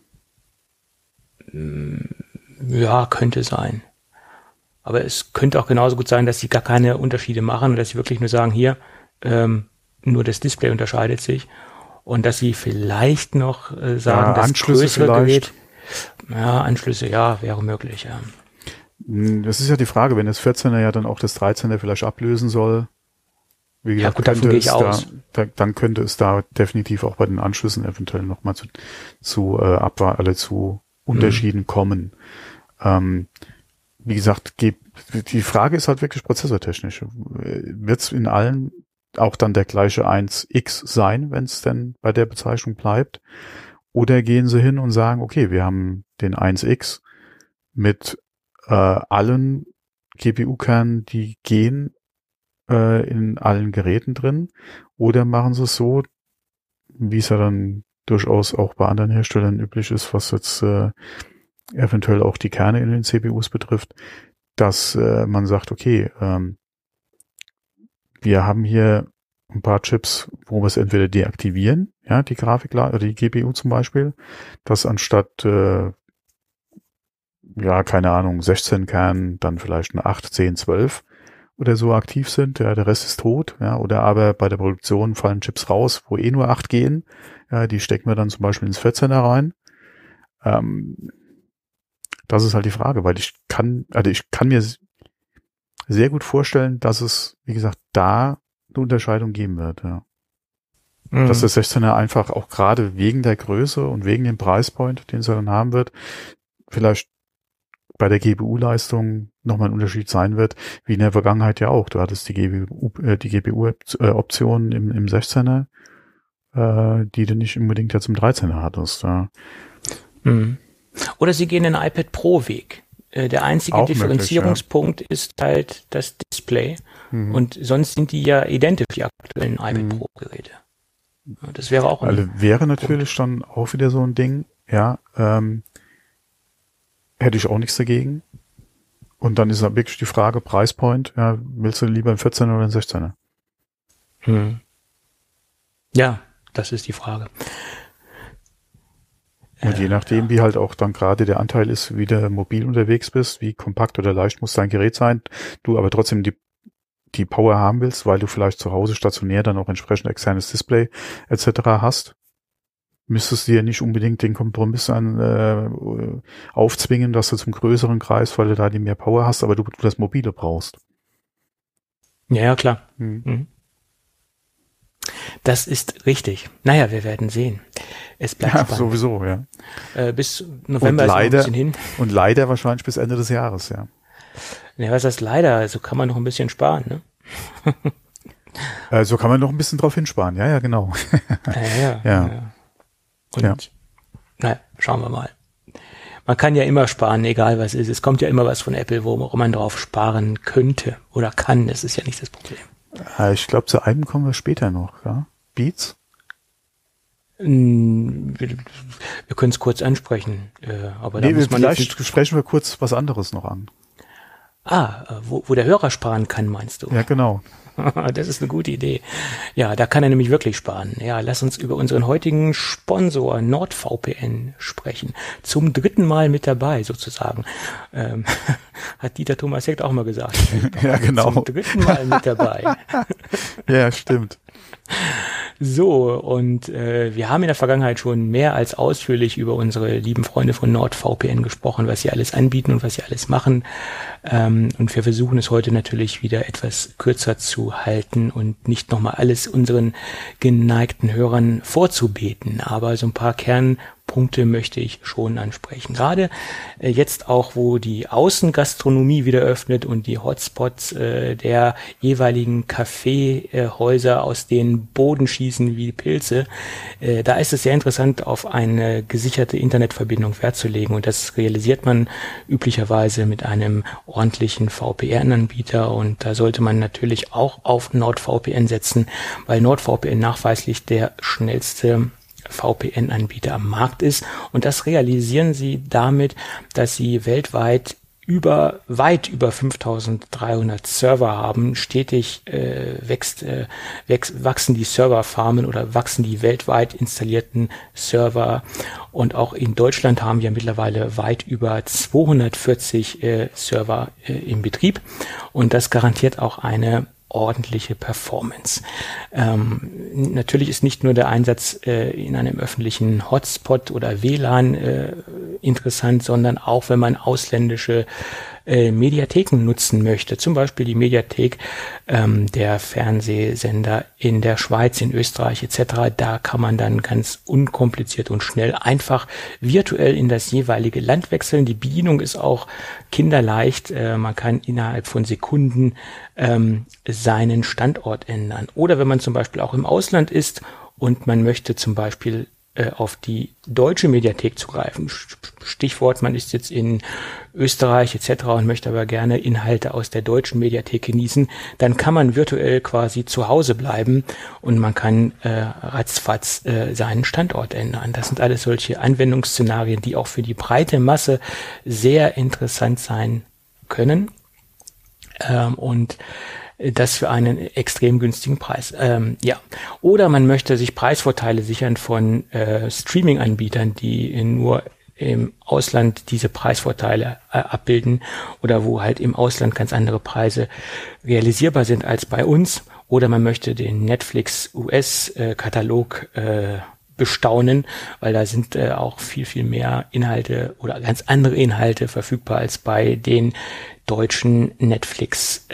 Ja, könnte sein. Aber es könnte auch genauso gut sein, dass sie gar keine Unterschiede machen und dass sie wirklich nur sagen, hier, nur das Display unterscheidet sich und dass sie vielleicht noch sagen, das größere Gerät, Anschlüsse, wäre möglich, ja. Das ist ja die Frage, wenn das 14er ja dann auch das 13er vielleicht ablösen soll, wie gesagt, gut, davon gehe ich aus. Dann könnte es da definitiv auch bei den Anschlüssen eventuell nochmal zu Unterschieden kommen. Wie gesagt, die Frage ist halt wirklich prozessortechnisch. Wird es in allen auch dann der gleiche 1X sein, wenn es denn bei der Bezeichnung bleibt? Oder gehen sie hin und sagen, okay, wir haben den 1X mit allen GPU-Kernen, die gehen in allen Geräten drin? Oder machen sie es so, wie es ja dann durchaus auch bei anderen Herstellern üblich ist, was jetzt eventuell auch die Kerne in den CPUs betrifft, dass man sagt, okay, wir haben hier ein paar Chips, wo wir es entweder deaktivieren, ja, die Grafik oder die GPU zum Beispiel, dass anstatt, keine Ahnung, 16 Kernen dann vielleicht eine 8, 10, 12 oder so aktiv sind, ja, der Rest ist tot, ja, oder aber bei der Produktion fallen Chips raus, wo nur 8 gehen, ja, die stecken wir dann zum Beispiel ins 14er rein. Das ist halt die Frage, weil ich kann mir sehr gut vorstellen, dass es, wie gesagt, da eine Unterscheidung geben wird, ja. Dass der 16er einfach auch gerade wegen der Größe und wegen dem Preispoint, den es dann haben wird, vielleicht bei der GPU-Leistung nochmal ein Unterschied sein wird, wie in der Vergangenheit ja auch. Du hattest die GPU-Option im 16er, die du nicht unbedingt jetzt im 13er hattest, ja. Oder sie gehen den iPad Pro-Weg. Der einzige auch Differenzierungspunkt ist halt das Display. Und sonst sind die ja identisch, die aktuellen iPad Pro-Geräte. Das wäre auch wäre natürlich dann auch wieder so ein Ding, ja, hätte ich auch nichts dagegen. Und dann ist ja wirklich die Frage, Preispoint, ja, willst du lieber einen 14er oder einen 16er? Ja, das ist die Frage. Und je nachdem, wie halt auch dann gerade der Anteil ist, wie du mobil unterwegs bist, wie kompakt oder leicht muss dein Gerät sein, du aber trotzdem die Power haben willst, weil du vielleicht zu Hause stationär dann auch entsprechend externes Display etc. hast, müsstest du dir nicht unbedingt den Kompromiss aufzwingen, dass du zum größeren Kreis, weil du da die mehr Power hast, aber du das Mobile brauchst. Ja, klar. Das ist richtig. Naja, wir werden sehen. Es bleibt spannend. Sowieso, ja. Bis November ist noch ein bisschen hin. Und leider wahrscheinlich bis Ende des Jahres, ja. Ja, was heißt leider? Also kann man noch ein bisschen sparen, ne? So kann man noch ein bisschen drauf hinsparen. Ja, genau. Ja. Und naja, schauen wir mal. Man kann ja immer sparen, egal was ist. Es kommt ja immer was von Apple, wo man drauf sparen könnte oder kann. Das ist ja nicht das Problem. Ich glaube, zu einem kommen wir später noch, ja? Beats? Wir können es kurz ansprechen, aber da muss man vielleicht sprechen wir kurz was anderes noch an. Wo der Hörer sparen kann, meinst du? Ja, genau. Das ist eine gute Idee. Ja, da kann er nämlich wirklich sparen. Ja, lass uns über unseren heutigen Sponsor NordVPN sprechen. Zum 3. Mal mit dabei, sozusagen. Hat Dieter Thomas Heck auch mal gesagt. Ja, genau. Zum 3. Mal mit dabei. Ja, stimmt. So, und wir haben in der Vergangenheit schon mehr als ausführlich über unsere lieben Freunde von NordVPN gesprochen, was sie alles anbieten und was sie alles machen. Und wir versuchen es heute natürlich wieder etwas kürzer zu halten und nicht nochmal alles unseren geneigten Hörern vorzubeten. Aber so ein paar Kernpunkte möchte ich schon ansprechen. Gerade jetzt auch, wo die Außengastronomie wieder öffnet und die Hotspots der jeweiligen Kaffeehäuser aus den Boden schießen wie Pilze, da ist es sehr interessant, auf eine gesicherte Internetverbindung Wert zu legen. Und das realisiert man üblicherweise mit einem ordentlichen VPN-Anbieter. Und da sollte man natürlich auch auf NordVPN setzen, weil NordVPN nachweislich der schnellste VPN-Anbieter am Markt ist. Und das realisieren sie damit, dass sie weltweit weit über 5.300 Server haben. Stetig wachsen die Serverfarmen oder wachsen die weltweit installierten Server. Und auch in Deutschland haben wir mittlerweile weit über 240 Server im Betrieb. Und das garantiert auch eine ordentliche Performance. Natürlich ist nicht nur der Einsatz in einem öffentlichen Hotspot oder WLAN interessant, sondern auch, wenn man ausländische Mediatheken nutzen möchte. Zum Beispiel die Mediathek der Fernsehsender in der Schweiz, in Österreich etc. Da kann man dann ganz unkompliziert und schnell einfach virtuell in das jeweilige Land wechseln. Die Bedienung ist auch kinderleicht. Man kann innerhalb von Sekunden seinen Standort ändern. Oder wenn man zum Beispiel auch im Ausland ist und man möchte zum Beispiel auf die deutsche Mediathek zugreifen. Stichwort, man ist jetzt in Österreich etc. und möchte aber gerne Inhalte aus der deutschen Mediathek genießen, dann kann man virtuell quasi zu Hause bleiben und man kann ratzfatz seinen Standort ändern. Das sind alles solche Anwendungsszenarien, die auch für die breite Masse sehr interessant sein können. Und das für einen extrem günstigen Preis. Oder man möchte sich Preisvorteile sichern von Streaming-Anbietern, die nur im Ausland diese Preisvorteile abbilden oder wo halt im Ausland ganz andere Preise realisierbar sind als bei uns. Oder man möchte den Netflix US-Katalog bestaunen, weil da sind auch viel, viel mehr Inhalte oder ganz andere Inhalte verfügbar als bei den deutschen Netflix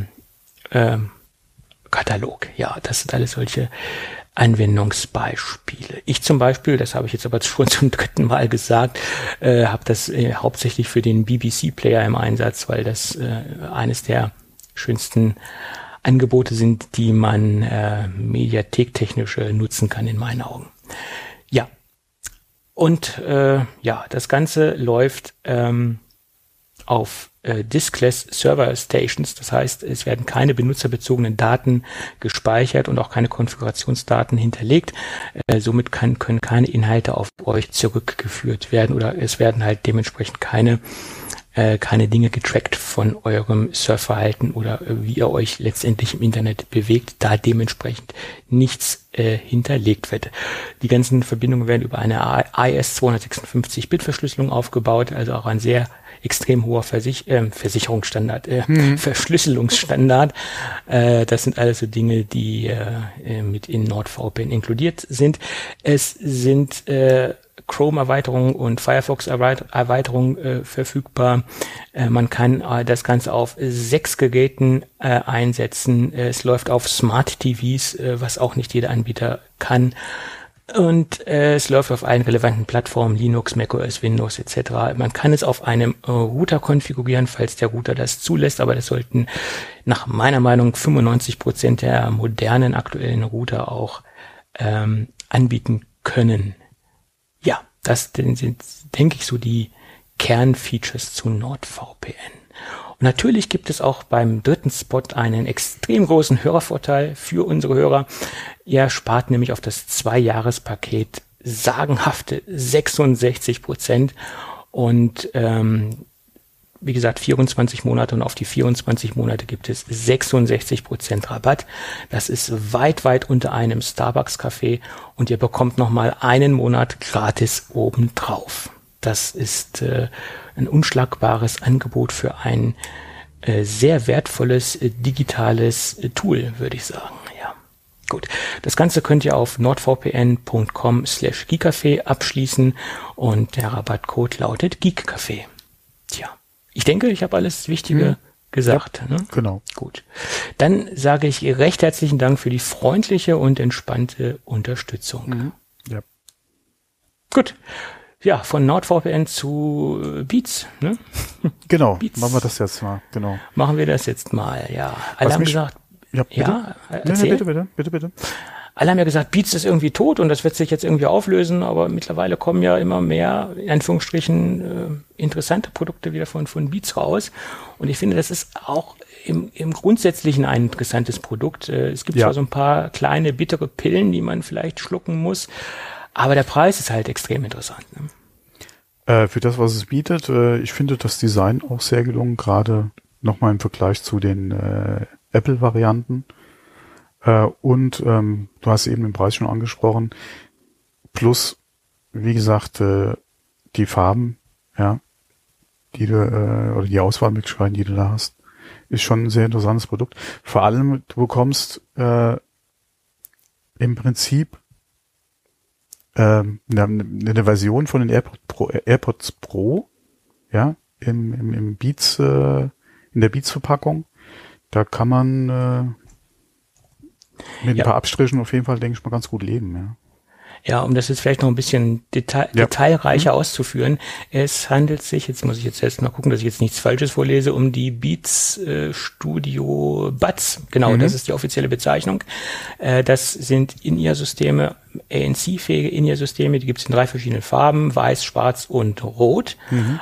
Katalog. Ja, das sind alles solche Anwendungsbeispiele. Ich zum Beispiel, das habe ich jetzt aber schon zum 3. Mal gesagt, habe das hauptsächlich für den BBC-Player im Einsatz, weil das eines der schönsten Angebote sind, die man mediathektechnisch nutzen kann in meinen Augen. Ja, und das Ganze läuft auf Diskless Server Stations, das heißt, es werden keine benutzerbezogenen Daten gespeichert und auch keine Konfigurationsdaten hinterlegt. Somit können keine Inhalte auf euch zurückgeführt werden oder es werden halt dementsprechend keine Dinge getrackt von eurem Surfverhalten oder wie ihr euch letztendlich im Internet bewegt, da dementsprechend nichts hinterlegt wird. Die ganzen Verbindungen werden über eine AES-256-Bit-Verschlüsselung aufgebaut, also auch ein sehr extrem hoher Versicherungsstandard, Verschlüsselungsstandard. Das sind alles so Dinge, die mit in NordVPN inkludiert sind. Es sind Chrome-Erweiterungen und Firefox-Erweiterungen verfügbar. Man kann das Ganze auf 6 Geräten einsetzen. Es läuft auf Smart TVs, was auch nicht jeder Anbieter kann. Und es läuft auf allen relevanten Plattformen, Linux, macOS, Windows etc. Man kann es auf einem Router konfigurieren, falls der Router das zulässt, aber das sollten nach meiner Meinung 95% der modernen aktuellen Router auch anbieten können. Ja, das sind, denke ich, so die Kernfeatures zu NordVPN. Und natürlich gibt es auch beim 3. Spot einen extrem großen Hörervorteil für unsere Hörer. Ihr spart nämlich auf das 2-Jahres-Paket sagenhafte 66% und wie gesagt, 24 Monate und auf die 24 Monate gibt es 66% Rabatt. Das ist weit, weit unter einem Starbucks-Kaffee und ihr bekommt nochmal einen Monat gratis obendrauf. Das ist ein unschlagbares Angebot für ein sehr wertvolles digitales Tool, würde ich sagen. Ja, gut. Das Ganze könnt ihr auf nordvpn.com/geekcafé abschließen und der Rabattcode lautet Geekcafé. Tja. Ich denke, ich habe alles Wichtige gesagt. Ja, ne? Genau. Gut. Dann sage ich recht herzlichen Dank für die freundliche und entspannte Unterstützung. Ja. Gut. Ja, von NordVPN zu Beats. Ne? Genau, Beats. machen wir das jetzt mal. Genau. Machen wir das jetzt mal, ja. Alle haben gesagt, bitte. Alle haben ja gesagt, Beats ist irgendwie tot und das wird sich jetzt irgendwie auflösen, aber mittlerweile kommen ja immer mehr, in Anführungsstrichen, interessante Produkte wieder von Beats raus. Und ich finde, das ist auch im Grundsätzlichen ein interessantes Produkt. Es gibt zwar so ein paar kleine, bittere Pillen, die man vielleicht schlucken muss, aber der Preis ist halt extrem interessant. Ne? Für das, was es bietet, ich finde das Design auch sehr gelungen, gerade nochmal im Vergleich zu den Apple-Varianten. Und du hast eben den Preis schon angesprochen. Plus, wie gesagt, die Farben, ja, die du, oder die Auswahlmöglichkeiten, die du da hast, ist schon ein sehr interessantes Produkt. Vor allem, du bekommst im Prinzip eine Version von den AirPods Pro, ja, im Beats, in der Beats-Verpackung. Da kann man mit ein paar Abstrichen auf jeden Fall, denke ich mal, ganz gut leben, ja. Ja, um das jetzt vielleicht noch ein bisschen detailreicher auszuführen. Es handelt sich, jetzt muss ich erst mal gucken, dass ich jetzt nichts Falsches vorlese, um die Beats Studio Buds. Genau, das ist die offizielle Bezeichnung. Das sind In-Ear-Systeme, ANC-fähige In-Ear-Systeme, die gibt es in 3 verschiedenen Farben, weiß, schwarz und rot.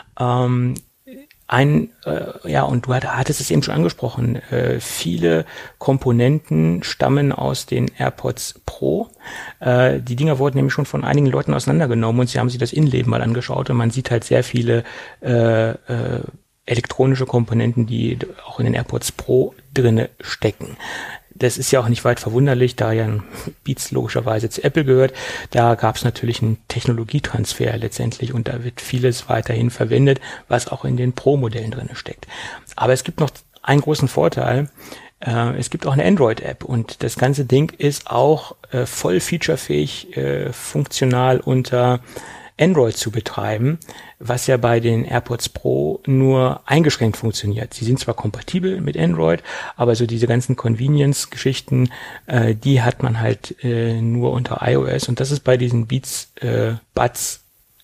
Und du hattest es eben schon angesprochen, viele Komponenten stammen aus den AirPods Pro. Die Dinger wurden nämlich schon von einigen Leuten auseinandergenommen und sie haben sich das Innenleben mal angeschaut und man sieht halt sehr viele elektronische Komponenten, die auch in den AirPods Pro drinne stecken. Das ist ja auch nicht weit verwunderlich, da ja Beats logischerweise zu Apple gehört. Da gab es natürlich einen Technologietransfer letztendlich und da wird vieles weiterhin verwendet, was auch in den Pro-Modellen drin steckt. Aber es gibt noch einen großen Vorteil. Es gibt auch eine Android-App und das ganze Ding ist auch voll featurefähig, funktional unter Android zu betreiben, was ja bei den AirPods Pro nur eingeschränkt funktioniert. Sie sind zwar kompatibel mit Android, aber so diese ganzen Convenience-Geschichten, die hat man halt nur unter iOS und das ist bei diesen Beats Buds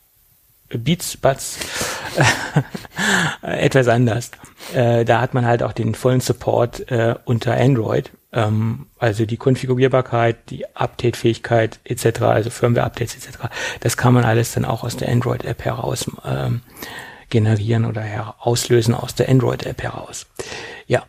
etwas anders. Da hat man halt auch den vollen Support unter Android. Also die Konfigurierbarkeit, die Update-Fähigkeit etc., also Firmware-Updates etc., das kann man alles dann auch aus der Android-App heraus generieren oder auslösen aus der Android-App heraus. Ja.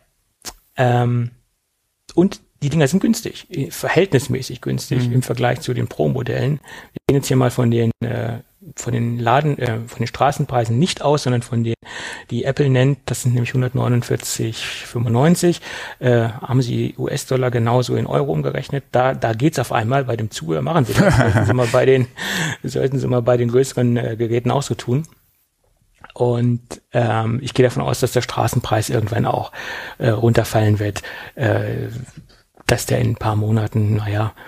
Und die Dinger sind günstig, verhältnismäßig günstig im Vergleich zu den Pro-Modellen. Wir gehen jetzt hier mal von den Straßenpreisen nicht aus, sondern von denen, die Apple nennt, das sind nämlich 149,95, haben sie US-Dollar genauso in Euro umgerechnet. Da geht's auf einmal bei dem Zubehör, machen sie das. Sollten sie mal bei den größeren Geräten auch so tun. Und ich gehe davon aus, dass der Straßenpreis irgendwann auch runterfallen wird, dass der in ein paar Monaten,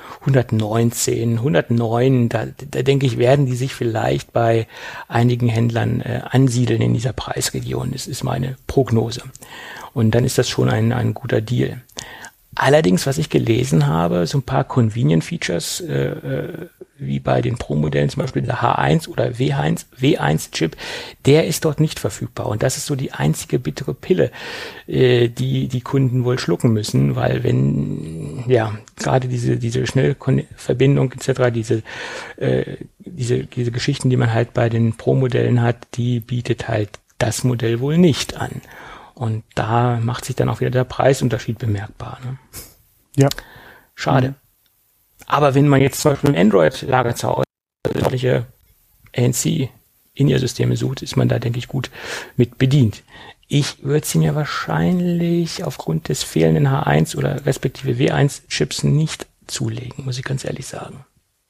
109, da denke ich, werden die sich vielleicht bei einigen Händlern ansiedeln in dieser Preisregion. Das ist meine Prognose. Und dann ist das schon ein guter Deal. Allerdings, was ich gelesen habe, so ein paar Convenient-Features, wie bei den Pro-Modellen, zum Beispiel der H1 oder W1-Chip, der ist dort nicht verfügbar. Und das ist so die einzige bittere Pille, die Kunden wohl schlucken müssen, weil wenn, gerade diese Schnellverbindung etc., diese Geschichten, die man halt bei den Pro-Modellen hat, die bietet halt das Modell wohl nicht an. Und da macht sich dann auch wieder der Preisunterschied bemerkbar. Ne? Ja. Schade. Aber wenn man jetzt zum Beispiel ein Android-Lager zu Hause, ordentliche ANC In-Ear-Systeme sucht, ist man da, denke ich, gut mit bedient. Ich würde sie mir wahrscheinlich aufgrund des fehlenden H1 oder respektive W1-Chips nicht zulegen, muss ich ganz ehrlich sagen.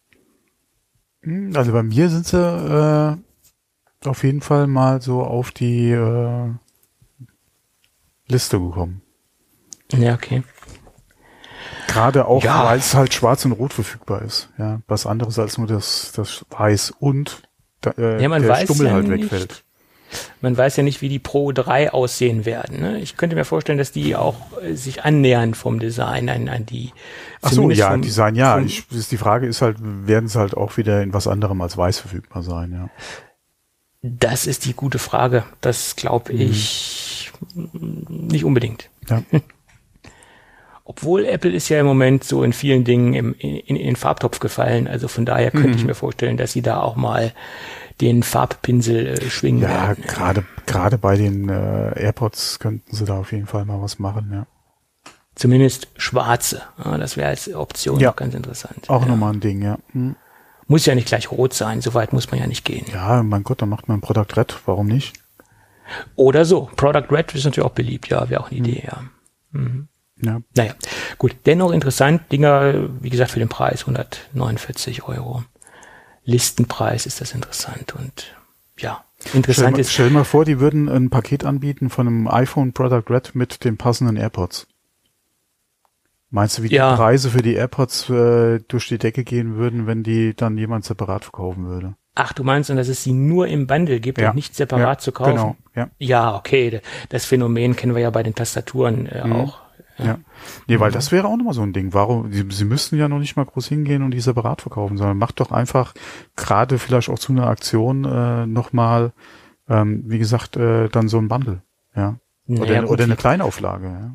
Also bei mir sind sie auf jeden Fall mal so auf die Liste gekommen. Ja, okay. Gerade auch, weil es halt schwarz und rot verfügbar ist. Ja, was anderes als nur das Weiß und der Stummel halt wegfällt. Man weiß ja nicht, wie die Pro 3 aussehen werden. Ne? Ich könnte mir vorstellen, dass die auch sich annähern vom Design an die. Ach so, ja, Design, ja. Die Frage ist halt, werden sie halt auch wieder in was anderem als weiß verfügbar sein, ja. Das ist die gute Frage. Das glaube ich nicht unbedingt. Ja. Obwohl Apple ist ja im Moment so in vielen Dingen in den Farbtopf gefallen. Also von daher könnte ich mir vorstellen, dass sie da auch mal den Farbpinsel schwingen werden. Ja, gerade bei den AirPods könnten sie da auf jeden Fall mal was machen, ja. Zumindest schwarze. Ja, das wäre als Option noch ganz interessant. Auch nochmal ein Ding, ja. Muss ja nicht gleich rot sein, so weit muss man ja nicht gehen. Ja, mein Gott, dann macht man ein Product Red, warum nicht? Oder so. Product Red ist natürlich auch beliebt, ja, wäre auch eine Idee, ja. Ja. Naja, gut. Dennoch interessant, Dinger, wie gesagt, für den Preis 149 €. Listenpreis ist das interessant und ja, interessant ist. Stell dir mal vor, die würden ein Paket anbieten von einem iPhone Product Red mit den passenden AirPods. Meinst du, wie die Preise für die AirPods durch die Decke gehen würden, wenn die dann jemand separat verkaufen würde? Ach, du meinst, dass es sie nur im Bundle gibt und nicht separat zu kaufen? Genau, ja. Ja, okay, das Phänomen kennen wir ja bei den Tastaturen auch. Ja. Nee, weil das wäre auch nochmal so ein Ding. Warum? Sie müssten ja noch nicht mal groß hingehen und die separat verkaufen, sondern macht doch einfach gerade vielleicht auch zu einer Aktion nochmal, wie gesagt, dann so ein Bundle. Ja. Oder eine Kleinauflage, ja.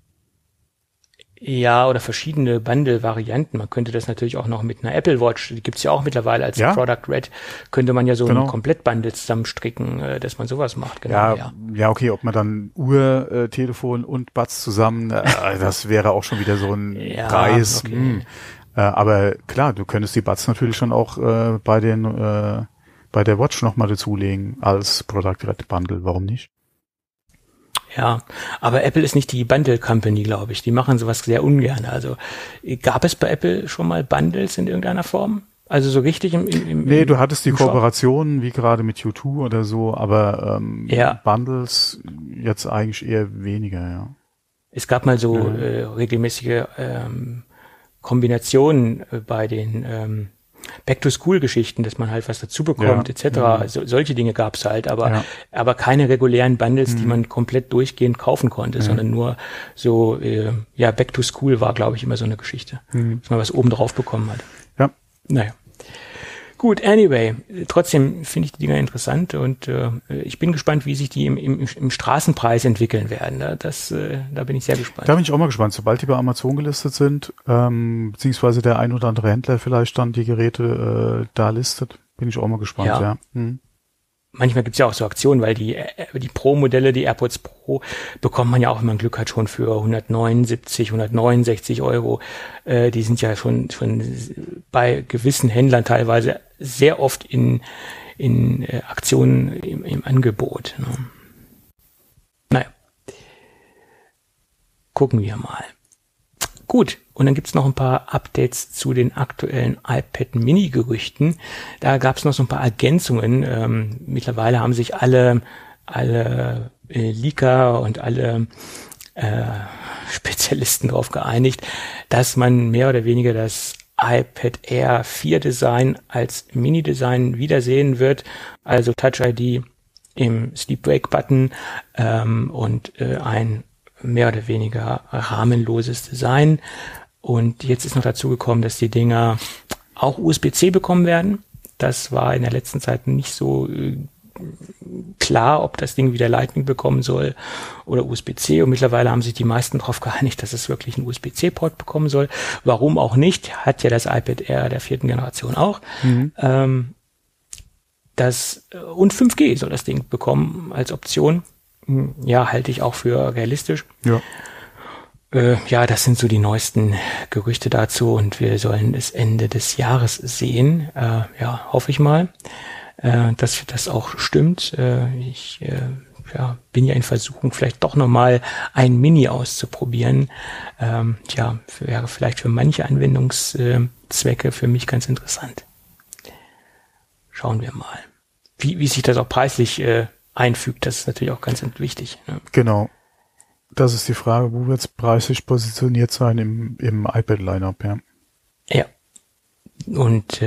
Ja, oder verschiedene Bundle-Varianten. Man könnte das natürlich auch noch mit einer Apple Watch, die gibt's ja auch mittlerweile als Product Red, könnte man ja so ein Komplett-Bundle zusammenstricken, dass man sowas macht. Genau, ja, okay, ob man dann Uhr, Telefon und Buds zusammen, das wäre auch schon wieder so ein Preis. Okay. Aber klar, du könntest die Buds natürlich schon auch bei der Watch nochmal dazulegen als Product Red Bundle. Warum nicht? Ja, aber Apple ist nicht die Bundle Company, glaube ich. Die machen sowas sehr ungern. Also gab es bei Apple schon mal Bundles in irgendeiner Form? Also so richtig im Nee, du hattest die Kooperationen, wie gerade mit U2 oder so, aber Bundles jetzt eigentlich eher weniger, ja. Es gab mal so regelmäßige Kombinationen bei den Back-to-School-Geschichten, dass man halt was dazu bekommt, etc. Solche Dinge gab's halt, aber keine regulären Bundles, die man komplett durchgehend kaufen konnte, sondern nur so, Back-to-School war, glaube ich, immer so eine Geschichte, dass man was oben drauf bekommen hat. Ja. Naja. Gut, anyway, trotzdem finde ich die Dinger interessant und ich bin gespannt, wie sich die im Straßenpreis entwickeln werden. Da bin ich sehr gespannt. Da bin ich auch mal gespannt, sobald die bei Amazon gelistet sind, beziehungsweise der ein oder andere Händler vielleicht dann die Geräte da listet, bin ich auch mal gespannt, ja. Manchmal gibt's ja auch so Aktionen, weil die Pro-Modelle, die AirPods Pro, bekommt man ja auch, wenn man Glück hat, schon für 169 €. Die sind ja schon bei gewissen Händlern teilweise sehr oft in Aktionen im Angebot. Ne? Naja. Gucken wir mal. Gut, und dann gibt's noch ein paar Updates zu den aktuellen iPad Mini-Gerüchten. Da gab's noch so ein paar Ergänzungen. Mittlerweile haben sich alle Leaker und alle Spezialisten darauf geeinigt, dass man mehr oder weniger das iPad Air 4 Design als Mini-Design wiedersehen wird. Also Touch ID im Sleep Wake Button und ein mehr oder weniger rahmenloses Design. Und jetzt ist noch dazu gekommen, dass die Dinger auch USB-C bekommen werden. Das war in der letzten Zeit nicht so klar, ob das Ding wieder Lightning bekommen soll oder USB-C. Und mittlerweile haben sich die meisten darauf geeinigt, dass es wirklich einen USB-C-Port bekommen soll. Warum auch nicht? Hat ja das iPad Air der 4. Generation auch. Und 5G soll das Ding bekommen als Option. Ja, halte ich auch für realistisch. Ja. Das sind so die neuesten Gerüchte dazu und wir sollen es Ende des Jahres sehen. Hoffe ich mal. dass das auch stimmt. Ich bin ja in Versuchung, vielleicht doch nochmal ein Mini auszuprobieren. Wäre vielleicht für manche Anwendungszwecke für mich ganz interessant. Schauen wir mal. Wie sich das auch preislich einfügt, das ist natürlich auch ganz wichtig. Ne? Genau. Das ist die Frage, wo wird es preislich positioniert sein im iPad-Lineup, ja. Ja. Und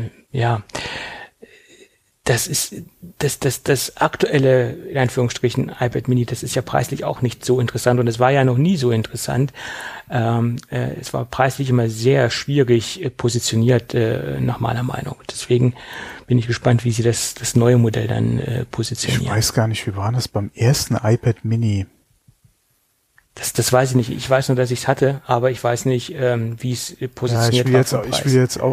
das ist das aktuelle, in Anführungsstrichen, iPad Mini, das ist ja preislich auch nicht so interessant und es war ja noch nie so interessant. Es war preislich immer sehr schwierig positioniert, nach meiner Meinung. Deswegen bin ich gespannt, wie sie das neue Modell dann positionieren. Ich weiß gar nicht, wie war das beim ersten iPad Mini? Das weiß ich nicht. Ich weiß nur, dass ich es hatte, aber ich weiß nicht, wie es positioniert war. Ich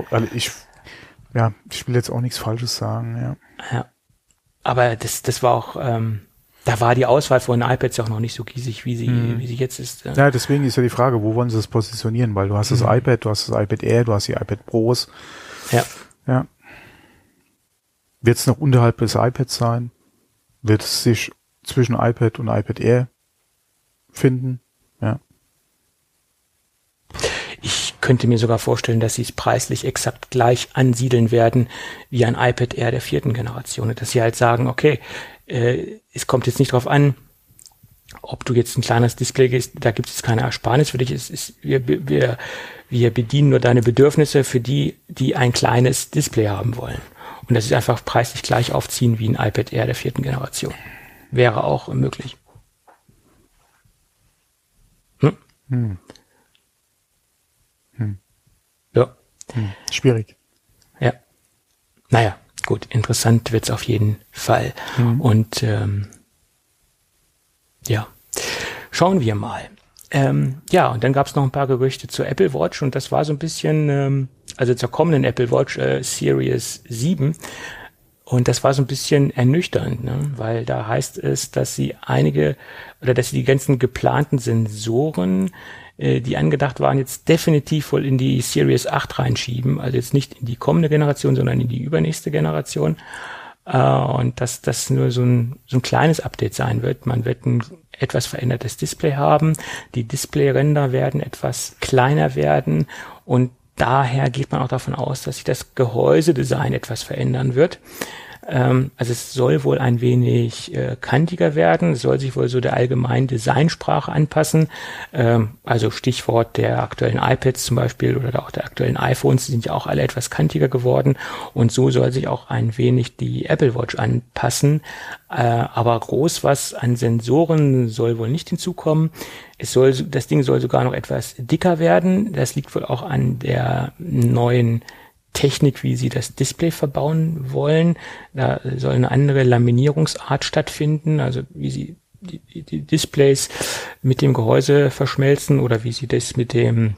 will jetzt auch nichts Falsches sagen, ja. Aber das war auch, da war die Auswahl von iPads ja auch noch nicht so riesig, wie sie jetzt ist. Ja, deswegen ist ja die Frage, wo wollen sie das positionieren? Weil du hast das iPad, du hast das iPad Air, du hast die iPad Pros. Ja. Wird es noch unterhalb des iPads sein? Wird es sich zwischen iPad und iPad Air finden? Ja. Ich könnte mir sogar vorstellen, dass sie es preislich exakt gleich ansiedeln werden wie ein iPad Air der 4. Generation. Dass sie halt sagen, okay, es kommt jetzt nicht drauf an, ob du jetzt ein kleines Display gehst, da gibt es keine Ersparnis für dich. Wir bedienen nur deine Bedürfnisse für die ein kleines Display haben wollen. Und das ist einfach preislich gleich aufziehen wie ein iPad Air der 4. Generation. Wäre auch möglich. Ja. Schwierig. Ja. Naja, gut, interessant wird's auf jeden Fall. Und schauen wir mal. Und dann gab's noch ein paar Gerüchte zur Apple Watch und das war so ein bisschen, also zur kommenden Apple Watch Series 7. Und das war so ein bisschen ernüchternd, ne? Weil da heißt es, dass sie die ganzen geplanten Sensoren, die angedacht waren, jetzt definitiv wohl in die Series 8 reinschieben. Also jetzt nicht in die kommende Generation, sondern in die übernächste Generation. Und dass das nur so ein kleines Update sein wird. Man wird ein etwas verändertes Display haben. Die Displayränder werden etwas kleiner werden und daher geht man auch davon aus, dass sich das Gehäusedesign etwas verändern wird. Also es soll wohl ein wenig kantiger werden, es soll sich wohl so der allgemeinen Designsprache anpassen. Also Stichwort der aktuellen iPads zum Beispiel oder auch der aktuellen iPhones, die sind ja auch alle etwas kantiger geworden und so soll sich auch ein wenig die Apple Watch anpassen. Aber groß was an Sensoren soll wohl nicht hinzukommen. Das Ding soll sogar noch etwas dicker werden. Das liegt wohl auch an der neuen Technik, wie sie das Display verbauen wollen. Da soll eine andere Laminierungsart stattfinden, also wie sie die Displays mit dem Gehäuse verschmelzen oder wie sie das mit dem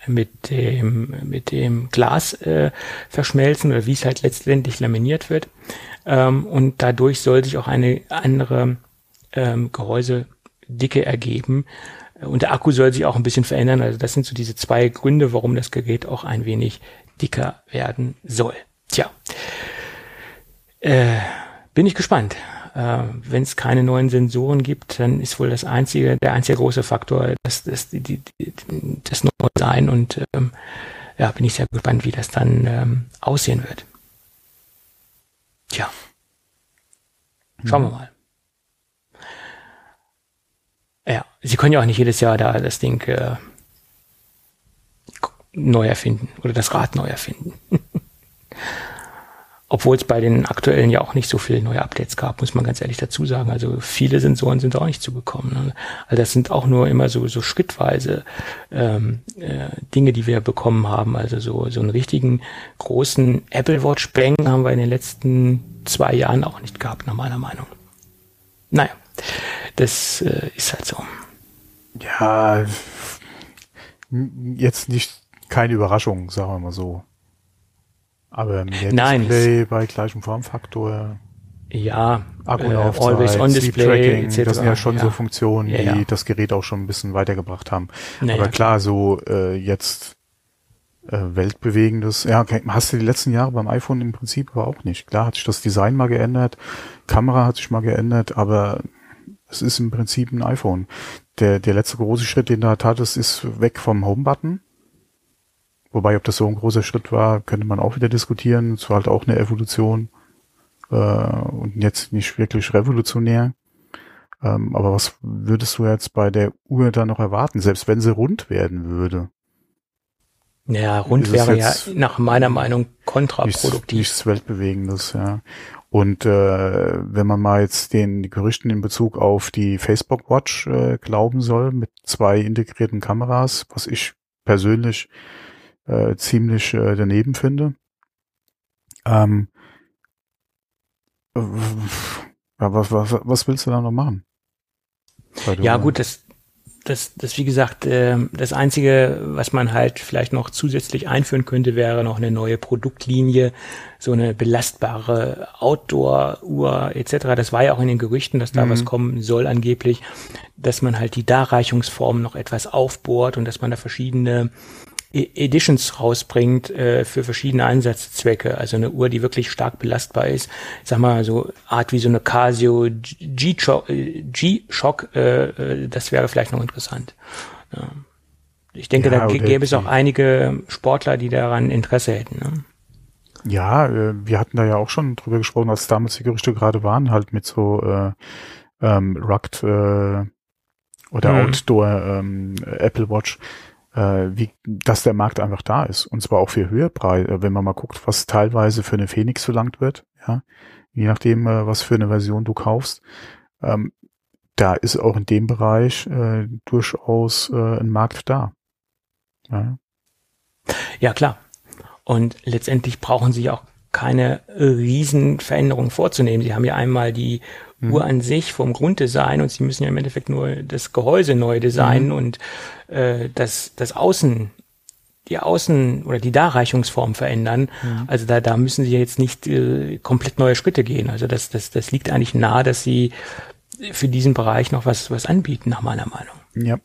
Glas verschmelzen oder wie es halt letztendlich laminiert wird. Und dadurch soll sich auch eine andere Gehäusedicke ergeben. Und der Akku soll sich auch ein bisschen verändern. Also das sind so diese zwei Gründe, warum das Gerät auch ein wenig dicker werden soll. Tja, bin ich gespannt. Wenn es keine neuen Sensoren gibt, dann ist wohl der einzige große Faktor das neue Design und bin ich sehr gespannt, wie das dann aussehen wird. Tja, schauen wir mal. Ja, sie können ja auch nicht jedes Jahr da das Ding neu erfinden oder das Rad neu erfinden. Obwohl es bei den aktuellen ja auch nicht so viele neue Updates gab, muss man ganz ehrlich dazu sagen. Also viele Sensoren sind auch nicht zugekommen. Ne? Also das sind auch nur immer so schrittweise Dinge, die wir bekommen haben. Also so einen richtigen großen Apple Watch Bang haben wir in den letzten 2 Jahren auch nicht gehabt, nach meiner Meinung. Naja, das ist halt so. Ja, jetzt keine Überraschung, sagen wir mal so. Aber mehr Display bei gleichem Formfaktor. Ja, Akkulaufzeit, Always on Display, etc. Das sind ja schon so Funktionen, die das Gerät auch schon ein bisschen weitergebracht haben. Aber klar, so jetzt weltbewegendes. Ja, okay, hast du die letzten Jahre beim iPhone im Prinzip aber auch nicht. Klar hat sich das Design mal geändert, Kamera hat sich mal geändert, aber es ist im Prinzip ein iPhone. Der letzte große Schritt, den du halt hattest, ist weg vom Home-Button. Wobei, ob das so ein großer Schritt war, könnte man auch wieder diskutieren. Es war halt auch eine Evolution und jetzt nicht wirklich revolutionär. Aber was würdest du jetzt bei der Uhr da noch erwarten, selbst wenn sie rund werden würde? Ja, rund wäre ja nach meiner Meinung kontraproduktiv. Nichts Weltbewegendes, ja. Und wenn man mal jetzt den Gerüchten in Bezug auf die Facebook Watch glauben soll, mit 2 integrierten Kameras, was ich persönlich ziemlich daneben finde. Was willst du da noch machen? Ja gut, das wie gesagt, das Einzige, was man halt vielleicht noch zusätzlich einführen könnte, wäre noch eine neue Produktlinie, so eine belastbare Outdoor-Uhr etc. Das war ja auch in den Gerüchten, dass da was kommen soll angeblich, dass man halt die Darreichungsform noch etwas aufbohrt und dass man da verschiedene Editions rausbringt für verschiedene Einsatzzwecke. Also eine Uhr, die wirklich stark belastbar ist. Ich sag mal, so Art wie so eine Casio G-Shock, das wäre vielleicht noch interessant. Ja. Ich denke, da gäbe es auch einige Sportler, die daran Interesse hätten. Ne? Ja, wir hatten da ja auch schon drüber gesprochen, als damals die Gerüchte gerade waren, halt mit so Rugged oder Outdoor Apple Watch, dass der Markt einfach da ist. Und zwar auch für höhere Preise, wenn man mal guckt, was teilweise für eine Phoenix verlangt wird, ja, je nachdem, was für eine Version du kaufst. Da ist auch in dem Bereich durchaus ein Markt da. Ja. Ja, klar. Und letztendlich brauchen sie auch keine Riesenveränderungen vorzunehmen. Sie haben ja einmal die Uhr an sich vom Grunddesign und sie müssen ja im Endeffekt nur das Gehäuse neu designen und das Außen, die Außen- oder die Darreichungsform verändern. Also da müssen sie jetzt nicht komplett neue Schritte gehen. Also das liegt eigentlich nahe, dass sie für diesen Bereich noch was anbieten, nach meiner Meinung. Ja.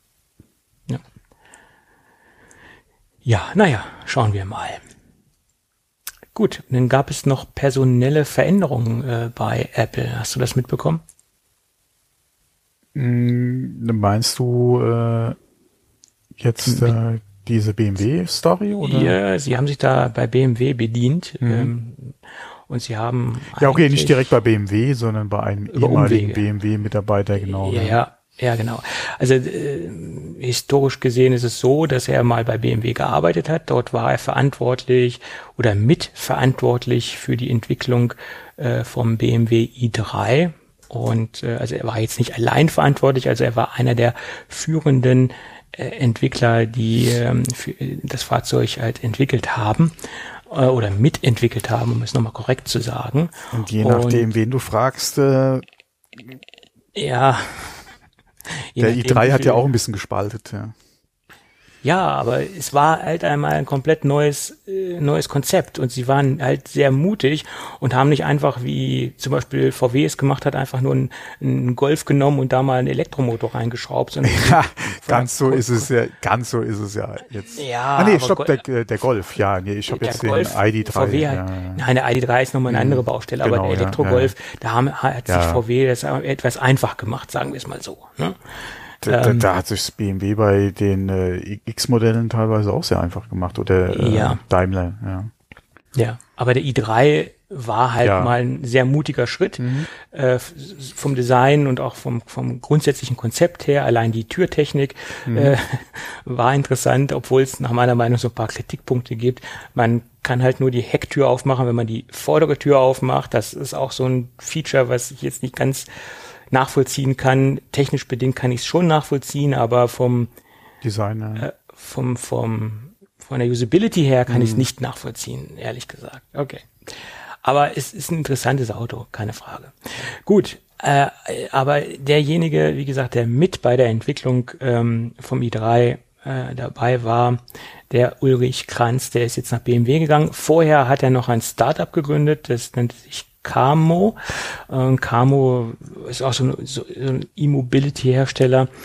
Ja, naja, schauen wir mal. Gut, dann gab es noch personelle Veränderungen bei Apple. Hast du das mitbekommen? Meinst du jetzt diese BMW-Story? Oder? Ja, sie haben sich da bei BMW bedient und sie haben ja, okay, nicht direkt bei BMW, sondern bei einem ehemaligen BMW-Mitarbeiter, genau. Ja, genau. Also historisch gesehen ist es so, dass er mal bei BMW gearbeitet hat. Dort war er verantwortlich oder mitverantwortlich für die Entwicklung vom BMW i3. Und also er war jetzt nicht allein verantwortlich, also er war einer der führenden Entwickler, die für das Fahrzeug halt entwickelt haben oder mitentwickelt haben, um es nochmal korrekt zu sagen. Und je nachdem, wen du fragst, ja. Der i3 hat ja auch ein bisschen gespaltet, ja. Ja, aber es war halt einmal ein komplett neues Konzept und sie waren halt sehr mutig und haben nicht einfach, wie zum Beispiel VW es gemacht hat, einfach nur einen Golf genommen und da mal einen Elektromotor reingeschraubt. Sondern ja, ganz so ist es ja jetzt. Ja, stopp, der Golf, ja, nee, ich habe jetzt den ID3. VW nein, der ID3 ist nochmal eine andere Baustelle, genau, aber der Elektrogolf, da hat sich VW das etwas einfach gemacht, sagen wir es mal so, ne? Da hat sich das BMW bei den X-Modellen teilweise auch sehr einfach gemacht oder Daimler. Ja, aber der i3 war halt mal ein sehr mutiger Schritt vom Design und auch vom grundsätzlichen Konzept her. Allein die Türtechnik war interessant, obwohl es nach meiner Meinung so ein paar Kritikpunkte gibt. Man kann halt nur die Hecktür aufmachen, wenn man die vordere Tür aufmacht. Das ist auch so ein Feature, was ich jetzt nicht ganz nachvollziehen kann. Technisch bedingt kann ich es schon nachvollziehen, aber vom Design, von der Usability her kann ich es nicht nachvollziehen, ehrlich gesagt. Okay. Aber es ist ein interessantes Auto, keine Frage. Gut, aber derjenige, wie gesagt, der mit bei der Entwicklung vom i3 dabei war, der Ulrich Kranz, der ist jetzt nach BMW gegangen. Vorher hat er noch ein Startup gegründet, das nennt sich Camo. Camo ist auch so ein E-Mobility-Hersteller.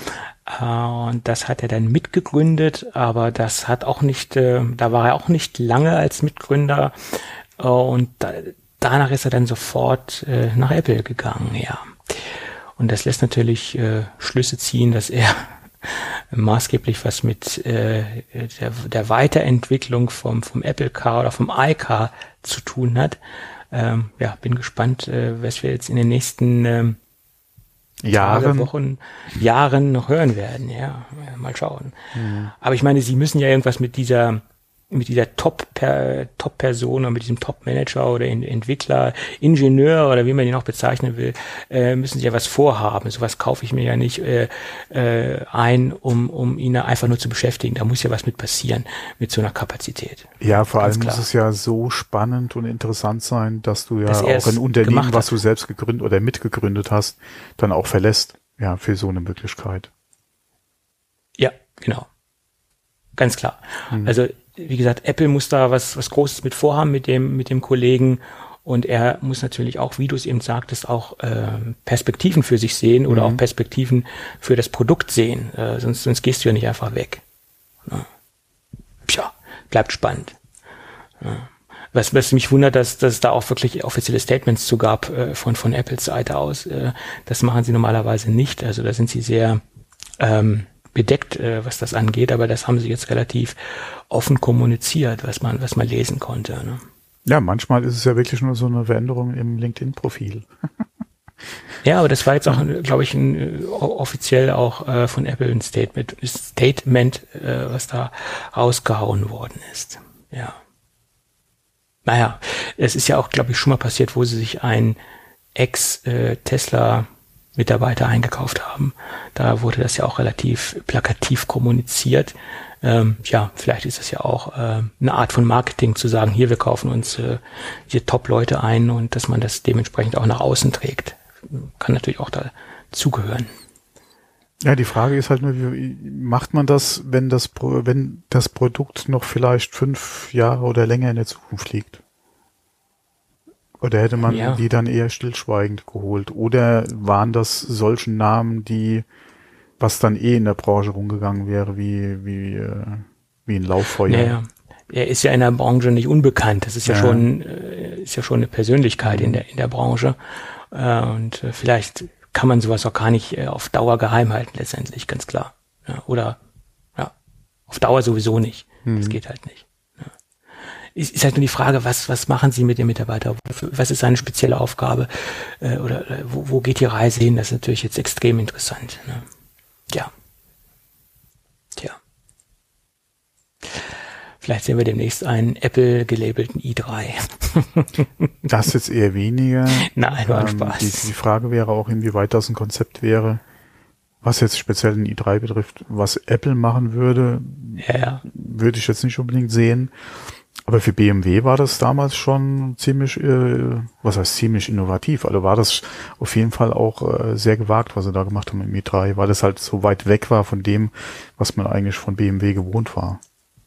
Und das hat er dann mitgegründet, aber das hat auch nicht, da war er auch nicht lange als Mitgründer. Und danach ist er dann sofort nach Apple gegangen, ja. Und das lässt natürlich Schlüsse ziehen, dass er maßgeblich was mit der Weiterentwicklung vom Apple Car oder vom iCar zu tun hat. Bin gespannt, was wir jetzt in den nächsten Wochen, Jahren noch hören werden. Ja, mal schauen. Mhm. Aber ich meine, Sie müssen ja irgendwas mit dieser Top-Person oder mit diesem Top-Manager oder Entwickler, Ingenieur oder wie man ihn auch bezeichnen will, müssen sie ja was vorhaben. Sowas kaufe ich mir ja nicht ein, um ihn einfach nur zu beschäftigen. Da muss ja was mit passieren, mit so einer Kapazität. Ja, vor allem muss es ja so spannend und interessant sein, dass du ja auch ein Unternehmen, was du selbst gegründet oder mitgegründet hast, dann auch verlässt, ja, für so eine Möglichkeit. Ja, genau. Ganz klar. Also, wie gesagt, Apple muss da was Großes mit vorhaben mit dem Kollegen, und er muss natürlich auch, wie du es eben sagtest, auch Perspektiven für sich sehen oder auch Perspektiven für das Produkt sehen. Sonst gehst du ja nicht einfach weg. Ja. Tja, bleibt spannend. Ja. Was mich wundert, dass es da auch wirklich offizielle Statements zu gab von Apples Seite aus. Das machen sie normalerweise nicht. Also da sind sie sehr bedeckt, was das angeht, aber das haben sie jetzt relativ offen kommuniziert, was man lesen konnte. Ne? Ja, manchmal ist es ja wirklich nur so eine Veränderung im LinkedIn-Profil. Ja, aber das war jetzt auch, glaube ich, offiziell auch von Apple ein Statement, was da rausgehauen worden ist. Ja. Naja, es ist ja auch, glaube ich, schon mal passiert, wo sie sich ein Ex-Tesla-Mitarbeiter eingekauft haben. Da wurde das ja auch relativ plakativ kommuniziert. Vielleicht ist das ja auch eine Art von Marketing, zu sagen, hier, wir kaufen uns hier Top-Leute ein, und dass man das dementsprechend auch nach außen trägt. Kann natürlich auch dazugehören. Ja, die Frage ist halt nur, wie macht man das, wenn das Produkt noch vielleicht 5 Jahre oder länger in der Zukunft liegt? Oder hätte man die dann eher stillschweigend geholt? Oder waren das solchen Namen, was dann in der Branche rumgegangen wäre, wie ein Lauffeuer? Ja. Er ist ja in der Branche nicht unbekannt. Das ist ja schon eine Persönlichkeit in der Branche. Und vielleicht kann man sowas auch gar nicht auf Dauer geheim halten, letztendlich, ganz klar. Ja, oder auf Dauer sowieso nicht. Das geht halt nicht. Ja. Ist halt nur die Frage, was machen Sie mit dem Mitarbeiter? Was ist seine spezielle Aufgabe? Oder wo geht die Reise hin? Das ist natürlich jetzt extrem interessant. Ne? Ja. Tja. Vielleicht sehen wir demnächst einen Apple-gelabelten i3. Das jetzt eher weniger. Nein, war ein Spaß. Die Frage wäre auch, inwieweit das ein Konzept wäre, was jetzt speziell den i3 betrifft, was Apple machen würde, würde ich jetzt nicht unbedingt sehen. Aber für BMW war das damals schon ziemlich, ziemlich innovativ. Also war das auf jeden Fall auch sehr gewagt, was sie da gemacht haben im i3, weil das halt so weit weg war von dem, was man eigentlich von BMW gewohnt war.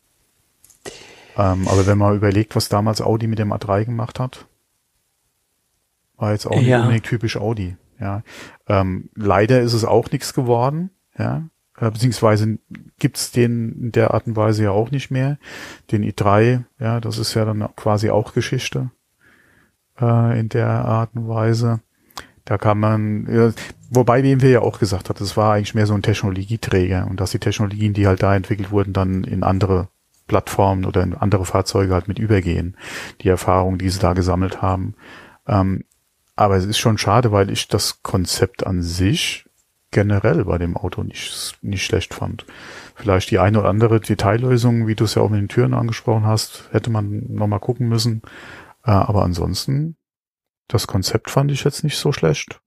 Aber wenn man überlegt, was damals Audi mit dem A3 gemacht hat, war jetzt auch nicht unbedingt typisch Audi. Ja, leider ist es auch nichts geworden. Ja, beziehungsweise gibt's den in der Art und Weise ja auch nicht mehr. Den i3, ja, das ist ja dann quasi auch Geschichte in der Art und Weise. Da kann man, wobei BMW ja auch gesagt hat, es war eigentlich mehr so ein Technologieträger und dass die Technologien, die halt da entwickelt wurden, dann in andere Plattformen oder in andere Fahrzeuge halt mit übergehen, die Erfahrung, die sie da gesammelt haben. Aber es ist schon schade, weil ich das Konzept an sich generell bei dem Auto nicht schlecht fand. Vielleicht die eine oder andere Detaillösung, wie du es ja auch mit den Türen angesprochen hast, hätte man nochmal gucken müssen. Aber ansonsten, das Konzept fand ich jetzt nicht so schlecht.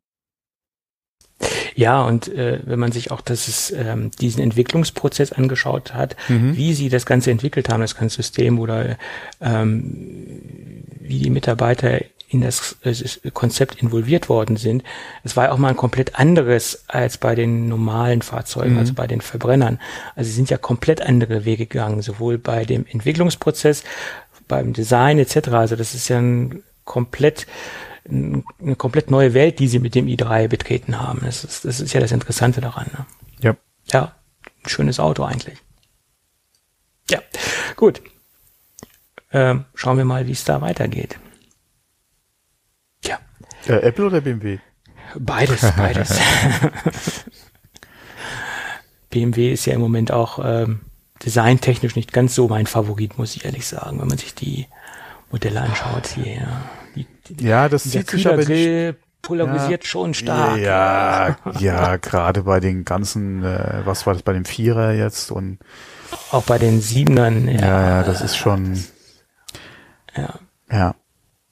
Ja, und wenn man sich auch diesen Entwicklungsprozess angeschaut hat, wie sie das Ganze entwickelt haben, das ganze System, oder wie die Mitarbeiter in das Konzept involviert worden sind, es war ja auch mal ein komplett anderes als bei den normalen Fahrzeugen, also bei den Verbrennern. Also sie sind ja komplett andere Wege gegangen, sowohl bei dem Entwicklungsprozess, beim Design etc. Also das ist ja eine komplett neue Welt, die sie mit dem i3 betreten haben. Das ist ja das Interessante daran. Ne? Ja, Ja, ein schönes Auto eigentlich. Ja, gut. Schauen wir mal, wie es da weitergeht. Tja. Apple oder BMW? Beides. BMW ist ja im Moment auch designtechnisch nicht ganz so mein Favorit, muss ich ehrlich sagen, wenn man sich die Modelle anschaut hier. Das zieht sich aber nicht. Polarisiert schon stark. Ja, gerade bei den ganzen, was war das bei dem Vierer jetzt und auch bei den Siebenern. Ja, das ist schon. Ja.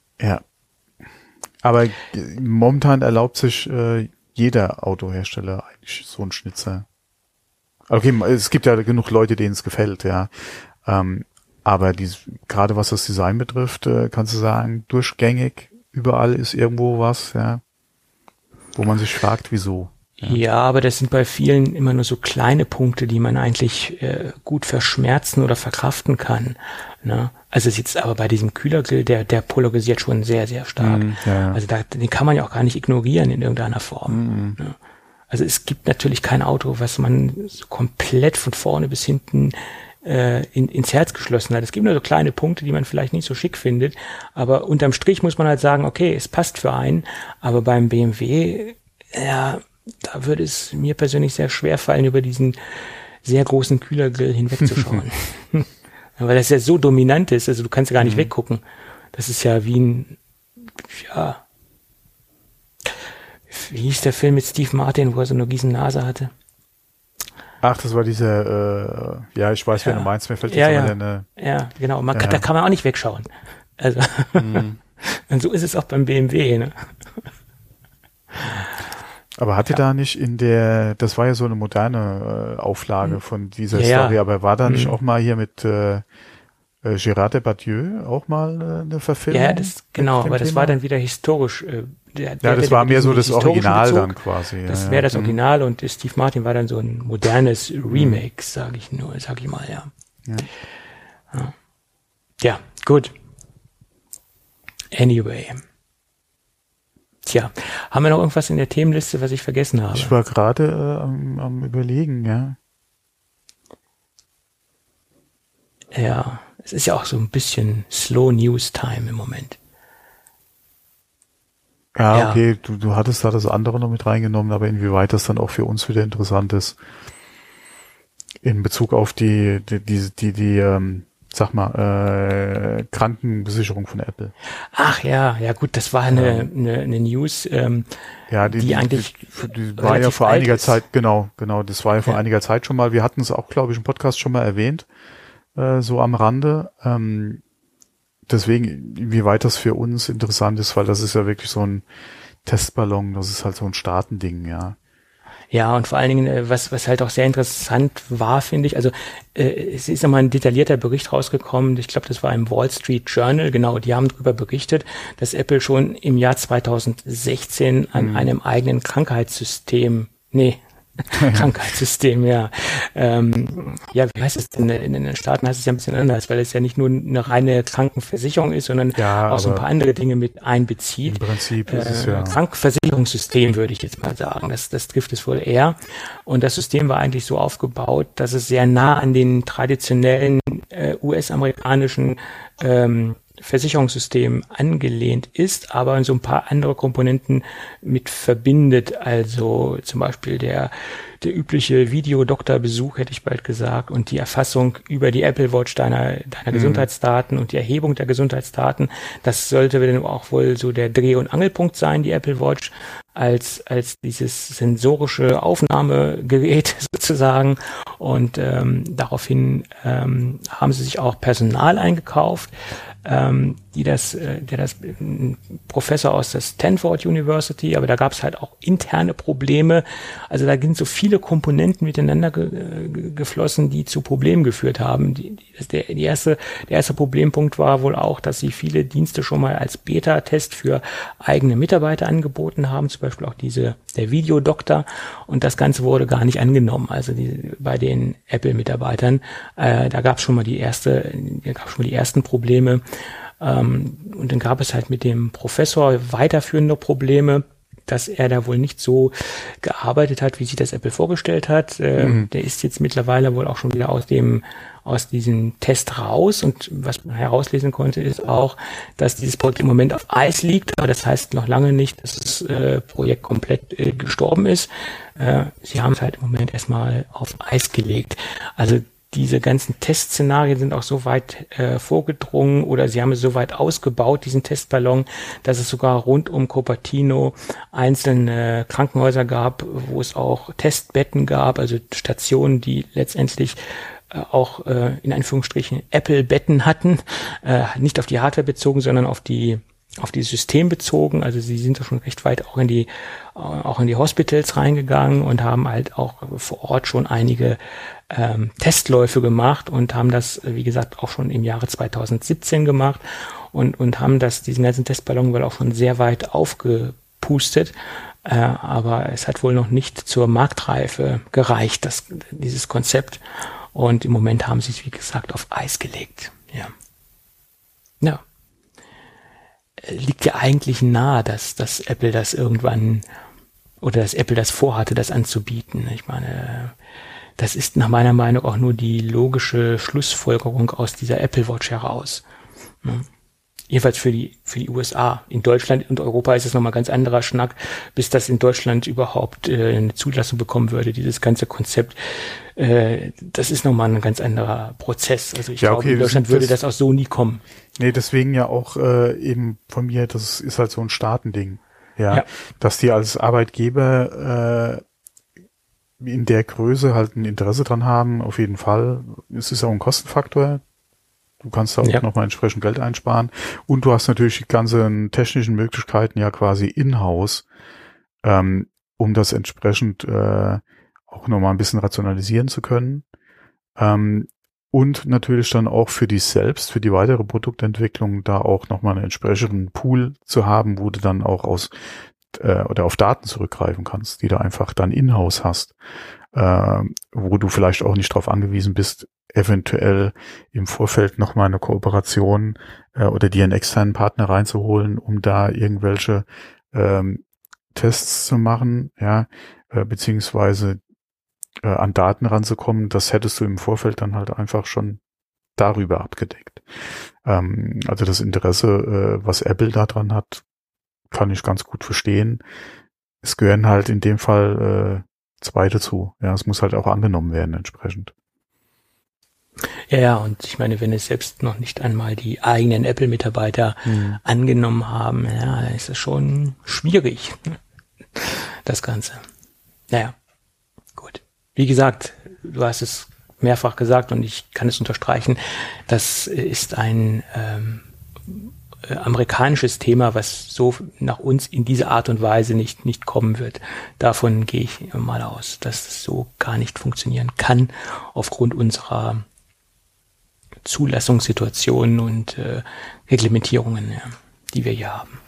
Aber momentan erlaubt sich jeder Autohersteller eigentlich so einen Schnitzer. Okay, es gibt ja genug Leute, denen es gefällt, ja. Aber gerade was das Design betrifft, kannst du sagen, durchgängig, überall ist irgendwo was, ja, wo man sich fragt, wieso. Ja, aber das sind bei vielen immer nur so kleine Punkte, die man eigentlich gut verschmerzen oder verkraften kann. Ne? Also jetzt aber bei diesem Kühlergrill, der polarisiert schon sehr, sehr stark. Also den kann man ja auch gar nicht ignorieren in irgendeiner Form. Ne? Also es gibt natürlich kein Auto, was man so komplett von vorne bis hinten ins Herz geschlossen hat. Es gibt nur so kleine Punkte, die man vielleicht nicht so schick findet, aber unterm Strich muss man halt sagen, okay, es passt für einen, aber beim BMW, da würde es mir persönlich sehr schwer fallen, über diesen sehr großen Kühlergrill hinwegzuschauen. Weil das ja so dominant ist, also du kannst ja gar nicht weggucken. Das ist ja wie ein, wie hieß der Film mit Steve Martin, wo er so eine riesen Nase hatte? Ach, das war dieser, ich weiß, wer du meinst, mir fällt jetzt aber eine. Ja, genau, da kann man auch nicht wegschauen. Also, und so ist es auch beim BMW, ne? Aber hatte da nicht das war ja so eine moderne Auflage von dieser Story, aber war da nicht auch mal hier mit Gérard Depardieu auch mal eine Verfilmung? Ja, aber das war dann wieder historisch. Das war mehr so das Original dann quasi. Das wäre das Original und Steve Martin war dann so ein modernes Remake, sag ich mal, Ja, gut. Anyway. Tja, haben wir noch irgendwas in der Themenliste, was ich vergessen habe? Ich war gerade am Überlegen, ja. Ja, es ist ja auch so ein bisschen Slow News Time im Moment. Ja, okay, du hattest da das andere noch mit reingenommen, aber inwieweit das dann auch für uns wieder interessant ist in Bezug auf die Krankenversicherung von Apple. Ach ja, gut, das war eine News, die eigentlich die war ja vor einiger Zeit, genau, das war ja vor einiger Zeit schon mal, wir hatten es auch, glaube ich, im Podcast schon mal erwähnt, so am Rande, deswegen, inwieweit das für uns interessant ist, weil das ist ja wirklich so ein Testballon, das ist halt so ein Startending, ja. Ja, und vor allen Dingen, was halt auch sehr interessant war, finde ich, also es ist nochmal ein detaillierter Bericht rausgekommen, ich glaube, das war im Wall Street Journal, genau, die haben darüber berichtet, dass Apple schon im Jahr 2016 an einem eigenen Krankheitssystem, wie heißt es denn? In den Staaten heißt es ja ein bisschen anders, weil es ja nicht nur eine reine Krankenversicherung ist, sondern auch so ein paar andere Dinge mit einbezieht. Im Prinzip ist es ja. Krankenversicherungssystem, würde ich jetzt mal sagen. Das trifft es wohl eher. Und das System war eigentlich so aufgebaut, dass es sehr nah an den traditionellen US-amerikanischen Versicherungssystem angelehnt ist, aber so ein paar andere Komponenten mit verbindet, also zum Beispiel der übliche Videodoktorbesuch, hätte ich bald gesagt, und die Erfassung über die Apple Watch deiner Gesundheitsdaten und die Erhebung der Gesundheitsdaten. Das sollte dann auch wohl so der Dreh- und Angelpunkt sein, die Apple Watch, als dieses sensorische Aufnahmegerät sozusagen. Und daraufhin haben sie sich auch Personal eingekauft, ein Professor aus der Stanford University, aber da gab es halt auch interne Probleme. Also da sind so viele Komponenten miteinander geflossen, die zu Problemen geführt haben. Der erste Problempunkt war wohl auch, dass sie viele Dienste schon mal als Beta-Test für eigene Mitarbeiter angeboten haben, zum Beispiel auch der Videodoktor, und das Ganze wurde gar nicht angenommen. Also bei den Apple-Mitarbeitern, da gab es schon mal die ersten Probleme. Und dann gab es halt mit dem Professor weiterführende Probleme. dass er da wohl nicht so gearbeitet hat, wie sich das Apple vorgestellt hat. Der ist jetzt mittlerweile wohl auch schon wieder aus diesem Test raus, und was man herauslesen konnte, ist auch, dass dieses Projekt im Moment auf Eis liegt, aber das heißt noch lange nicht, dass das Projekt komplett gestorben ist. Sie haben es halt im Moment erstmal auf Eis gelegt. Also diese ganzen Testszenarien sind auch so weit vorgedrungen, oder sie haben es so weit ausgebaut, diesen Testballon, dass es sogar rund um Cupertino einzelne Krankenhäuser gab, wo es auch Testbetten gab, also Stationen, die letztendlich auch in Anführungsstrichen Apple-Betten hatten, nicht auf die Hardware bezogen, sondern auf die System bezogen. Also sie sind da schon recht weit auch in die Hospitals reingegangen und haben halt auch vor Ort schon einige Testläufe gemacht und haben das, wie gesagt, auch schon im Jahre 2017 gemacht und haben diesen ganzen Testballon wohl auch schon sehr weit aufgepustet. Aber es hat wohl noch nicht zur Marktreife gereicht, dieses Konzept. Und im Moment haben sie es, wie gesagt, auf Eis gelegt. Ja. Liegt ja eigentlich nahe, dass Apple das irgendwann, oder dass Apple das vorhatte, das anzubieten. Ich meine, das ist nach meiner Meinung auch nur die logische Schlussfolgerung aus dieser Apple Watch heraus. Jedenfalls für die USA. In Deutschland und Europa ist es nochmal ganz anderer Schnack, bis das in Deutschland überhaupt eine Zulassung bekommen würde, dieses ganze Konzept. Das ist nochmal ein ganz anderer Prozess. Also ich glaube, in Deutschland würde das auch so nie kommen. Nee, deswegen ja auch eben von mir, das ist halt so ein Staatending. Ja. Dass die als Arbeitgeber in der Größe halt ein Interesse dran haben, auf jeden Fall. Es ist auch ein Kostenfaktor. Du kannst da auch nochmal entsprechend Geld einsparen. Und du hast natürlich die ganzen technischen Möglichkeiten ja quasi in-house, um das entsprechend auch nochmal ein bisschen rationalisieren zu können. Und natürlich dann auch für dich selbst, für die weitere Produktentwicklung, da auch nochmal einen entsprechenden Pool zu haben, wo du dann auch oder auf Daten zurückgreifen kannst, die du einfach dann in-house hast, wo du vielleicht auch nicht darauf angewiesen bist, eventuell im Vorfeld nochmal eine Kooperation oder dir einen externen Partner reinzuholen, um da irgendwelche Tests zu machen, beziehungsweise an Daten ranzukommen. Das hättest du im Vorfeld dann halt einfach schon darüber abgedeckt. Also das Interesse, was Apple da dran hat, kann ich ganz gut verstehen. Es gehören halt in dem Fall zwei dazu. Ja, es muss halt auch angenommen werden entsprechend. Ja, und ich meine, wenn es selbst noch nicht einmal die eigenen Apple-Mitarbeiter angenommen haben, dann ist es schon schwierig, das Ganze. Naja, gut. Wie gesagt, du hast es mehrfach gesagt und ich kann es unterstreichen, das ist ein amerikanisches Thema, was so nach uns in dieser Art und Weise nicht kommen wird. Davon gehe ich mal aus, dass es so gar nicht funktionieren kann, aufgrund unserer Zulassungssituationen und Reglementierungen, die wir hier haben.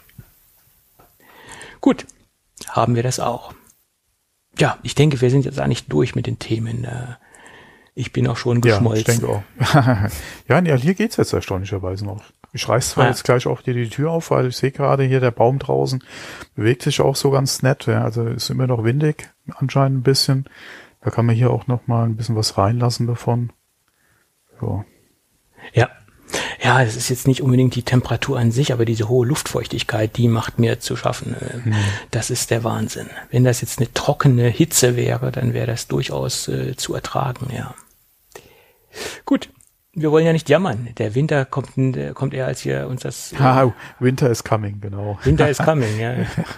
Gut, haben wir das auch. Ja, ich denke, wir sind jetzt eigentlich durch mit den Themen. Ich bin auch schon geschmolzen. Ja, ich denke auch. Ja, hier geht's jetzt erstaunlicherweise noch. Ich reiß zwar jetzt gleich auch dir die Tür auf, weil ich sehe gerade hier, der Baum draußen bewegt sich auch so ganz nett. Ja, also ist immer noch windig, anscheinend ein bisschen. Da kann man hier auch noch mal ein bisschen was reinlassen davon. So. Ja, das ist jetzt nicht unbedingt die Temperatur an sich, aber diese hohe Luftfeuchtigkeit, die macht mir zu schaffen. Das ist der Wahnsinn. Wenn das jetzt eine trockene Hitze wäre, dann wäre das durchaus zu ertragen, ja. Gut, wir wollen ja nicht jammern. Der Winter kommt eher, als wir uns das... Winter is coming, genau. Winter is coming, ja.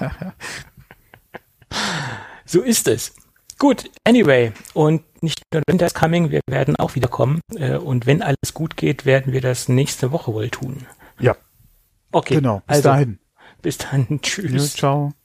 So ist es. Gut, anyway, und nicht nur Winter is coming, wir werden auch wieder kommen. Und wenn alles gut geht, werden wir das nächste Woche wohl tun. Ja. Okay. Genau, bis dahin. Bis dann, tschüss. Ja, ciao.